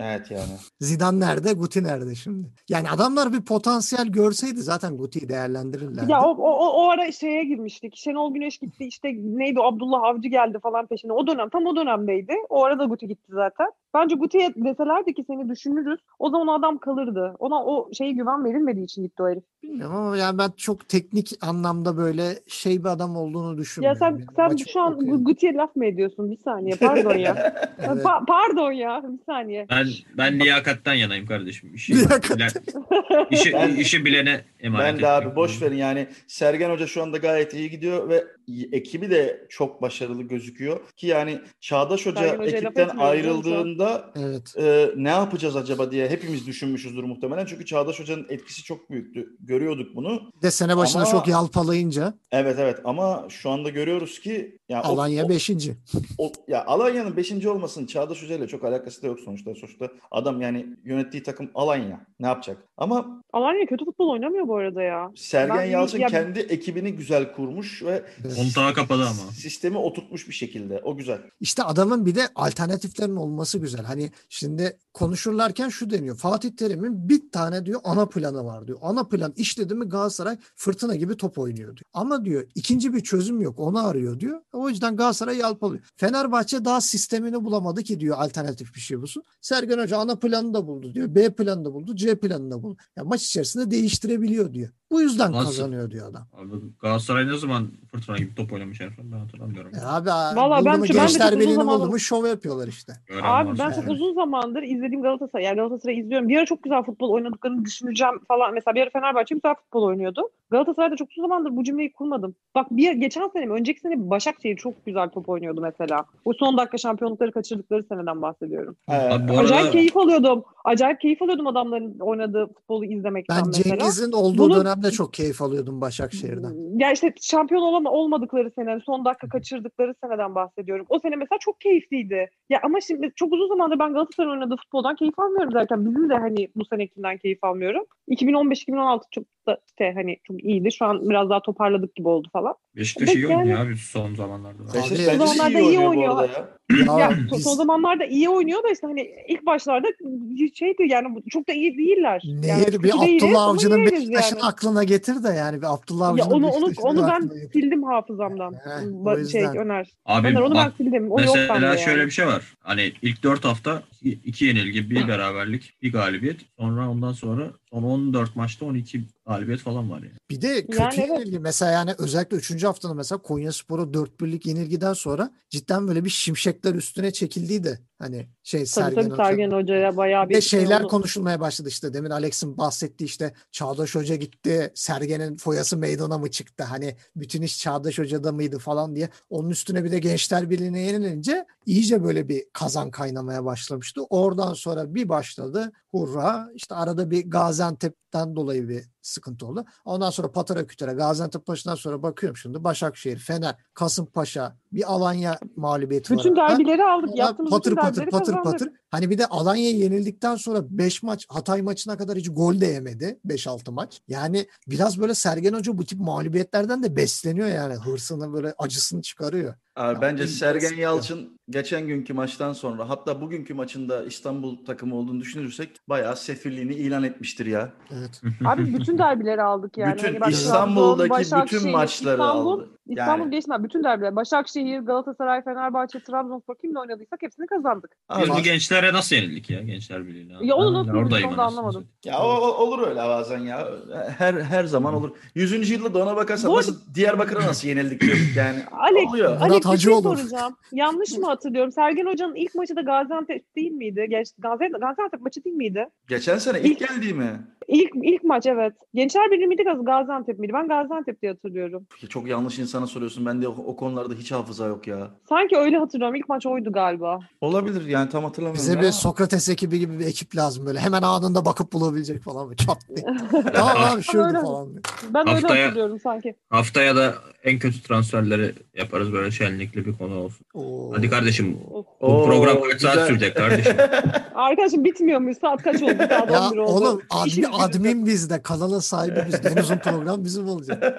Evet yani. Zidane nerede? Guti nerede şimdi? Yani adamlar bir potansiyel görseydi zaten Guti'yi değerlendirirlerdi. Ya o, o, o ara şeye girmiştik. Şenol Güneş gitti, işte neydi, Abdullah Avcı geldi falan peşine. O dönem, tam o dönemdeydi. O arada Guti gitti zaten. Bence Guti'ye deselerdi ki seni düşünürüz, o zaman o adam kalırdı. Ona o şeye güven verilmediği için gitti o herif. Bilmiyorum ama yani ben çok teknik anlamda böyle şey bir adam olduğunu Ya düşünmüyorum. sen Yani sen maçı şu an okuyor. Guti'ye laf mı ediyorsun? Bir saniye, pardon ya. Evet. Pa- pardon ya, bir saniye. Ben ben liyakattan yanayım kardeşim. İşi, Liyakat. bilen, işi, Ben- işi bilene emanet Ben de abi etmek boş lazım. verin yani Sergen Hoca şu anda gayet iyi gidiyor ve ekibi de çok başarılı gözüküyor ki yani Çağdaş Hoca Sergen Hoca'ya laf ekipten etmiyorum canım şu an. ayrıldığında Evet. e, ne yapacağız acaba diye hepimiz düşünmüşüzdür muhtemelen çünkü Çağdaş Hoca'nın etkisi çok büyüktü. Görüyorduk bunu. Bir de sene başına Ama- çok yalpalayınca Evet evet ama şu anda görüyoruz ki ya o- Alanya o- beşinci. O, ya Alanya'nın beşinci olmasının Çağdaş Hoca ile çok alakası da yok sonuçta. Sonuçta adam yani yönettiği takım Alanya. Ne yapacak? Ama Alanya kötü futbol oynamıyor bu arada ya. Sergen Ben- Yalçın ya- kendi ekibini güzel kurmuş ve Kontağı kapadı ama. sistemi oturtmuş bir şekilde. O güzel. İşte adamın bir de alternatiflerin olması güzel. Hani şimdi konuşurlarken şu deniyor. Fatih Terim'in bir tane diyor ana planı var diyor. Ana plan işledi mi Galatasaray fırtına gibi top oynuyor diyor. Ama diyor ikinci bir çözüm yok. Onu arıyor diyor. O yüzden Galatasaray yalpalıyor. Fenerbahçe daha sistemini bulamadı ki diyor alternatif bir şey bulsun. Sergen Hoca ana planını da buldu diyor. B planını da buldu. C planını da buldu. Yani maç içerisinde değiştirebiliyor diyor. Bu yüzden Nasıl? kazanıyor diyor adam. Abi Galatasaray ne zaman fırtına gibi top oynamış en son ben hatırlamıyorum. E abi Vallahi buldu ben- mu ben de Gençler çok uzun Birliği'ni zamandır- buldu mu şov yapıyorlar işte. Gören Abi varsa ben yani. çok uzun zamandır izlediğim Galatasaray, yani Galatasaray'ı izliyorum. Bir ara çok güzel futbol oynadıklarını düşüneceğim falan. Mesela bir ara Fenerbahçe güzel futbol oynuyordu. Galatasaray'da çok uzun zamandır bu cümleyi kurmadım. Bak bir geçen sene mi, önceki sene Başakşehir çok güzel top oynuyordu mesela. O son dakika şampiyonlukları kaçırdıkları seneden bahsediyorum. Ee, Abi bu arada Acayip keyif alıyordum. Acayip keyif alıyordum adamların oynadığı futbolu izlemekten Ben mesela. Cengiz'in olduğu Bunu- dönemde çok keyif alıyordum Başakşehir'den. Ya işte şampiyon olama, olmadıkları sene, son dakika kaçırdıkları seneden bahsediyorum. O sene mesela çok keyifliydi. Ya ama şimdi çok uzun zamandır ben Galatasaray'ın oynadığı futboldan keyif almıyorum zaten. Bizim de hani bu senekinden keyif almıyorum. iki bin on beş iki bin on altı çok da işte hani çok iyiydi. Şu an biraz daha toparladık gibi oldu falan. Beşiktaş iyi Peki oynuyor yani- abi son zamanlarda. Abi- Beşiktaş Son bence de zamanlarda iyi iyi oynuyor bu oynuyor. arada ya. Ya Ya son, biz son zamanlarda iyi oynuyor da işte hani ilk başlarda şeydi yani bu- çok da iyi değiller. Yani nehir kötü bir değiliz Abdullah ama Avcı'nın iyiyiz Beşiktaş'ın yani. aklına getir de yani bir Abdullah Ya Avcı'nın onu onu Beşiktaş'ın onu ben aklına getir. sildim hafızamdan. He, Ba- o yüzden. Şey Öner. Abi Öner onu ben bak sildim. O yok bende mesela yani. şöyle bir şey var. Hani ilk dört hafta iki yenilgi, bir beraberlik, bir galibiyet. Sonra ondan sonra son on dört maçta on iki galibiyet falan var yani. Bir de kötü Yani evet. yenilgi mesela yani özellikle üçüncü haftanın mesela Konyaspor'a dört birlik yenilgiden sonra cidden böyle bir şimşekler üstüne çekildiydi. Hani şey Tabii Sergen tabii Hoca. Sergen Hoca'ya bayağı bir Ve şeyler onu- konuşulmaya başladı işte demin Alex'in bahsettiği işte Çağdaş Hoca gitti Sergen'in foyası meydana mı çıktı hani bütün iş Çağdaş Hoca'da mıydı falan diye onun üstüne bir de Gençler Birliği'ne yenilince iyice böyle bir kazan kaynamaya başlamıştı. Oradan sonra bir başladı hurra işte arada bir Gaziantep'ten dolayı bir sıkıntı oldu. Ondan sonra patara kütere Gaziantep maçından sonra bakıyorum şimdi Başakşehir, Fener, Kasımpaşa bir Alanya mağlubiyeti var. bütün arada. derbileri aldık. Sonra Yaptığımız patır bütün patır derbileri patır kazandık. patır. Hani bir de Alanya'ya yenildikten sonra beş maç Hatay maçına kadar hiç gol de yemedi. beş altı maç. Yani biraz böyle Sergen Hoca bu tip mağlubiyetlerden de besleniyor yani. Hırsını böyle acısını çıkarıyor. Abi Ya, bence iyi Sergen basit ya. Yalçın geçen günkü maçtan sonra hatta bugünkü maçında İstanbul takımı olduğunu düşünürsek bayağı sefirliğini ilan etmiştir ya. Evet. Abi bütün derbileri aldık yani. Bütün Hani bak, İstanbul'daki Trabzon, bütün Başakşehir, maçları İstanbul, aldı. İstanbul Yani. geçmez. Bütün derbiler. Başakşehir, Galatasaray, Fenerbahçe, Trabzonspor kimle oynadıysak hepsini kazandık. Abi, Biz bu gençlere nasıl yenildik ya Gençler Birliği'ne? Ya onu Ben nasıl hala yenildik oradayım onu da anasını anlamadım. ya o, o- olur öyle bazen ya. Her her zaman olur. yüzüncü yılda da ona bakarsan Bu- nasıl Diyarbakır'a nasıl yenildik diyorduk yani. Alex, Oluyor. Murat Alex bir şey Hacıoğlu. soracağım. Yanlış mı hatırlıyorum? Sergen Hoca'nın ilk maçı da Gaziantep değil miydi? Geç, Gaziantep, Gaziantep maçı değil miydi? Geçen sene ilk geldiği mi? İlk ilk maç evet. Gençler Birliği miydi Gaz- Gaziantep miydi? Ben Gaziantep diye hatırlıyorum. Çok yanlış insana soruyorsun. Bende o, o konularda hiç hafıza yok ya. Sanki öyle hatırlıyorum. İlk maç oydu galiba. Olabilir yani tam hatırlamıyorum. Bize ya. bir Sokrates ekibi gibi bir ekip lazım böyle. Hemen anında bakıp bulabilecek falan. Böyle çat diye. Tamam abi şuydu Öyle. falan. diye. Ben öyle Haftaya- hatırlıyorum sanki. Haftaya da en kötü transferleri yaparız böyle şenlikli bir konu olsun. Oo. Hadi kardeşim Of. bu Oo, program kaç saat güzel. sürecek kardeşim? Arkadaşım bitmiyor mu? Saat kaç oldu? Saat Ya on bir oldu. oğlum İşin admin, admin bizde. Kanalın sahibi bizde. En uzun program bizim olacak.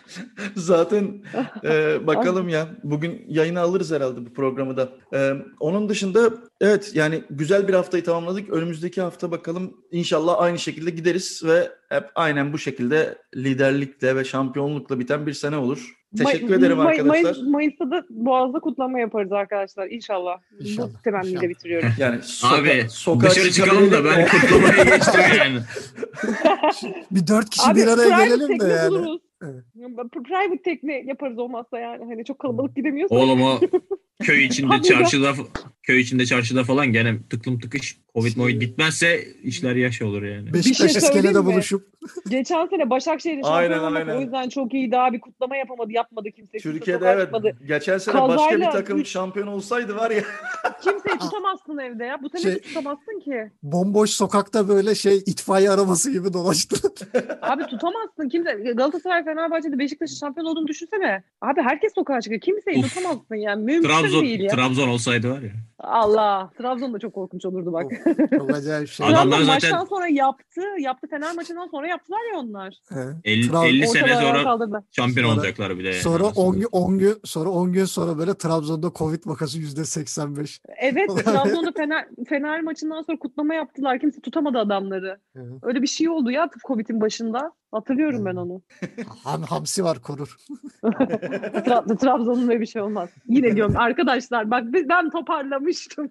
Zaten e, bakalım ya. Bugün yayına alırız herhalde bu programı da. E, onun dışında evet yani güzel bir haftayı tamamladık. Önümüzdeki hafta bakalım inşallah aynı şekilde gideriz ve hep aynen bu şekilde liderlikle ve şampiyonlukla biten bir sene olur. Teşekkür May- ederim May- arkadaşlar. Mayıs, Mayıs'ta da Boğaz'da kutlama yaparız arkadaşlar. İnşallah. İnşallah, Bu temenniyle inşallah. bitiriyorum. Yani soka- Abi sokağa dışarı çıkalım da ben çıkabilelim. kutlamaya geçtim yani. Bir dört kişi Abi bir araya private gelelim de tekne yani. buluruz. Evet. Private tekne yaparız olmazsa yani. Hani çok kalabalık gidemiyorsak. Oğlum o köy içinde Tabii de. çarşıda köy içinde çarşıda falan gene tıklım tıkış Covid Covid bitmezse işler yaş olur yani. Beşiktaş şey söyleyeyim iskelede mi? buluşup Geçen sene Başakşehir'in Aynen, şampiyon olması aynen. o yüzden çok iyiydi abi. Kutlama yapamadı, yapmadı kimse. Kimse Türkiye'de sokağa evet. çıkmadı. Geçen sene başka bir Kazayla takım üç- şampiyon olsaydı var ya. Kimseyi tutamazsın evde ya. Bu sene Şey- hiç tutamazsın ki. bomboş sokakta böyle şey itfaiye arabası gibi dolaştı. Abi tutamazsın. Kimse Galatasaray, Fenerbahçe'de Beşiktaş'ın şampiyon olduğunu düşünsene. Abi herkes sokağa çıkıyor. Kimseyi Uf. tutamazsın yani. Mümkün Trabzon değil ya. Trabzon olsaydı var ya. Allah. Trabzon da çok korkunç olurdu bak. Çok acayip şey. Adamlar Trabzon zaten- maçtan sonra yaptı. Yaptı. Fener maçından sonra yaptılar ya onlar. He. elli, Trab- elli sene Ortalığı ayağa sonra kaldırdılar. şampiyon Sonra- olacaklar bir de. Yani. Sonra Nasıl on olur? gün on gün sonra on gün sonra böyle Trabzon'da Covid vakası yüzde seksen beş. Evet. Trabzon'da Fener, Fener maçından sonra kutlama yaptılar. Kimse tutamadı adamları. Öyle bir şey oldu ya Covid'in başında. Hatırlıyorum ben onu. Ham, hamsi var korur. Tra- Trabzon'un öyle bir şey olmaz. Yine diyorum arkadaşlar bak biz- ben toparlamıştım.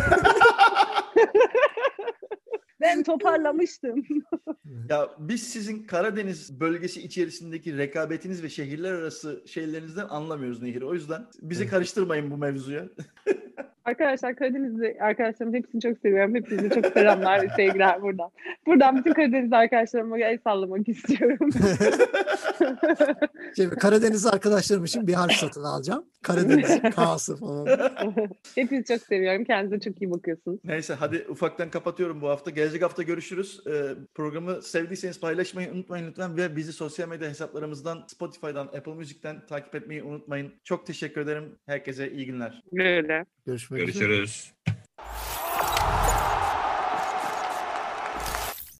Ben toparlamıştım. Ya biz sizin Karadeniz bölgesi içerisindeki rekabetiniz ve şehirler arası şeylerinizden anlamıyoruz Nehir. O yüzden bizi Evet. karıştırmayın bu mevzuya. Arkadaşlar Karadenizli arkadaşlarım hepsini çok seviyorum. Hepinize çok selamlar ve sevgiler buradan. Buradan bütün Karadenizli arkadaşlarıma el sallamak istiyorum. Şey, Karadeniz arkadaşlarım için bir harf satın alacağım. Karadeniz K'sı falan. Hepinizi çok seviyorum. Kendinize çok iyi bakıyorsunuz. Neyse hadi ufaktan kapatıyorum bu hafta. Gelecek hafta görüşürüz. Ee, programı sevdiyseniz paylaşmayı unutmayın lütfen ve bizi sosyal medya hesaplarımızdan Spotify'dan, Apple Music'ten takip etmeyi unutmayın. Çok teşekkür ederim. Herkese iyi günler. Böyle. Görüşmek üzere. Görüşürüz.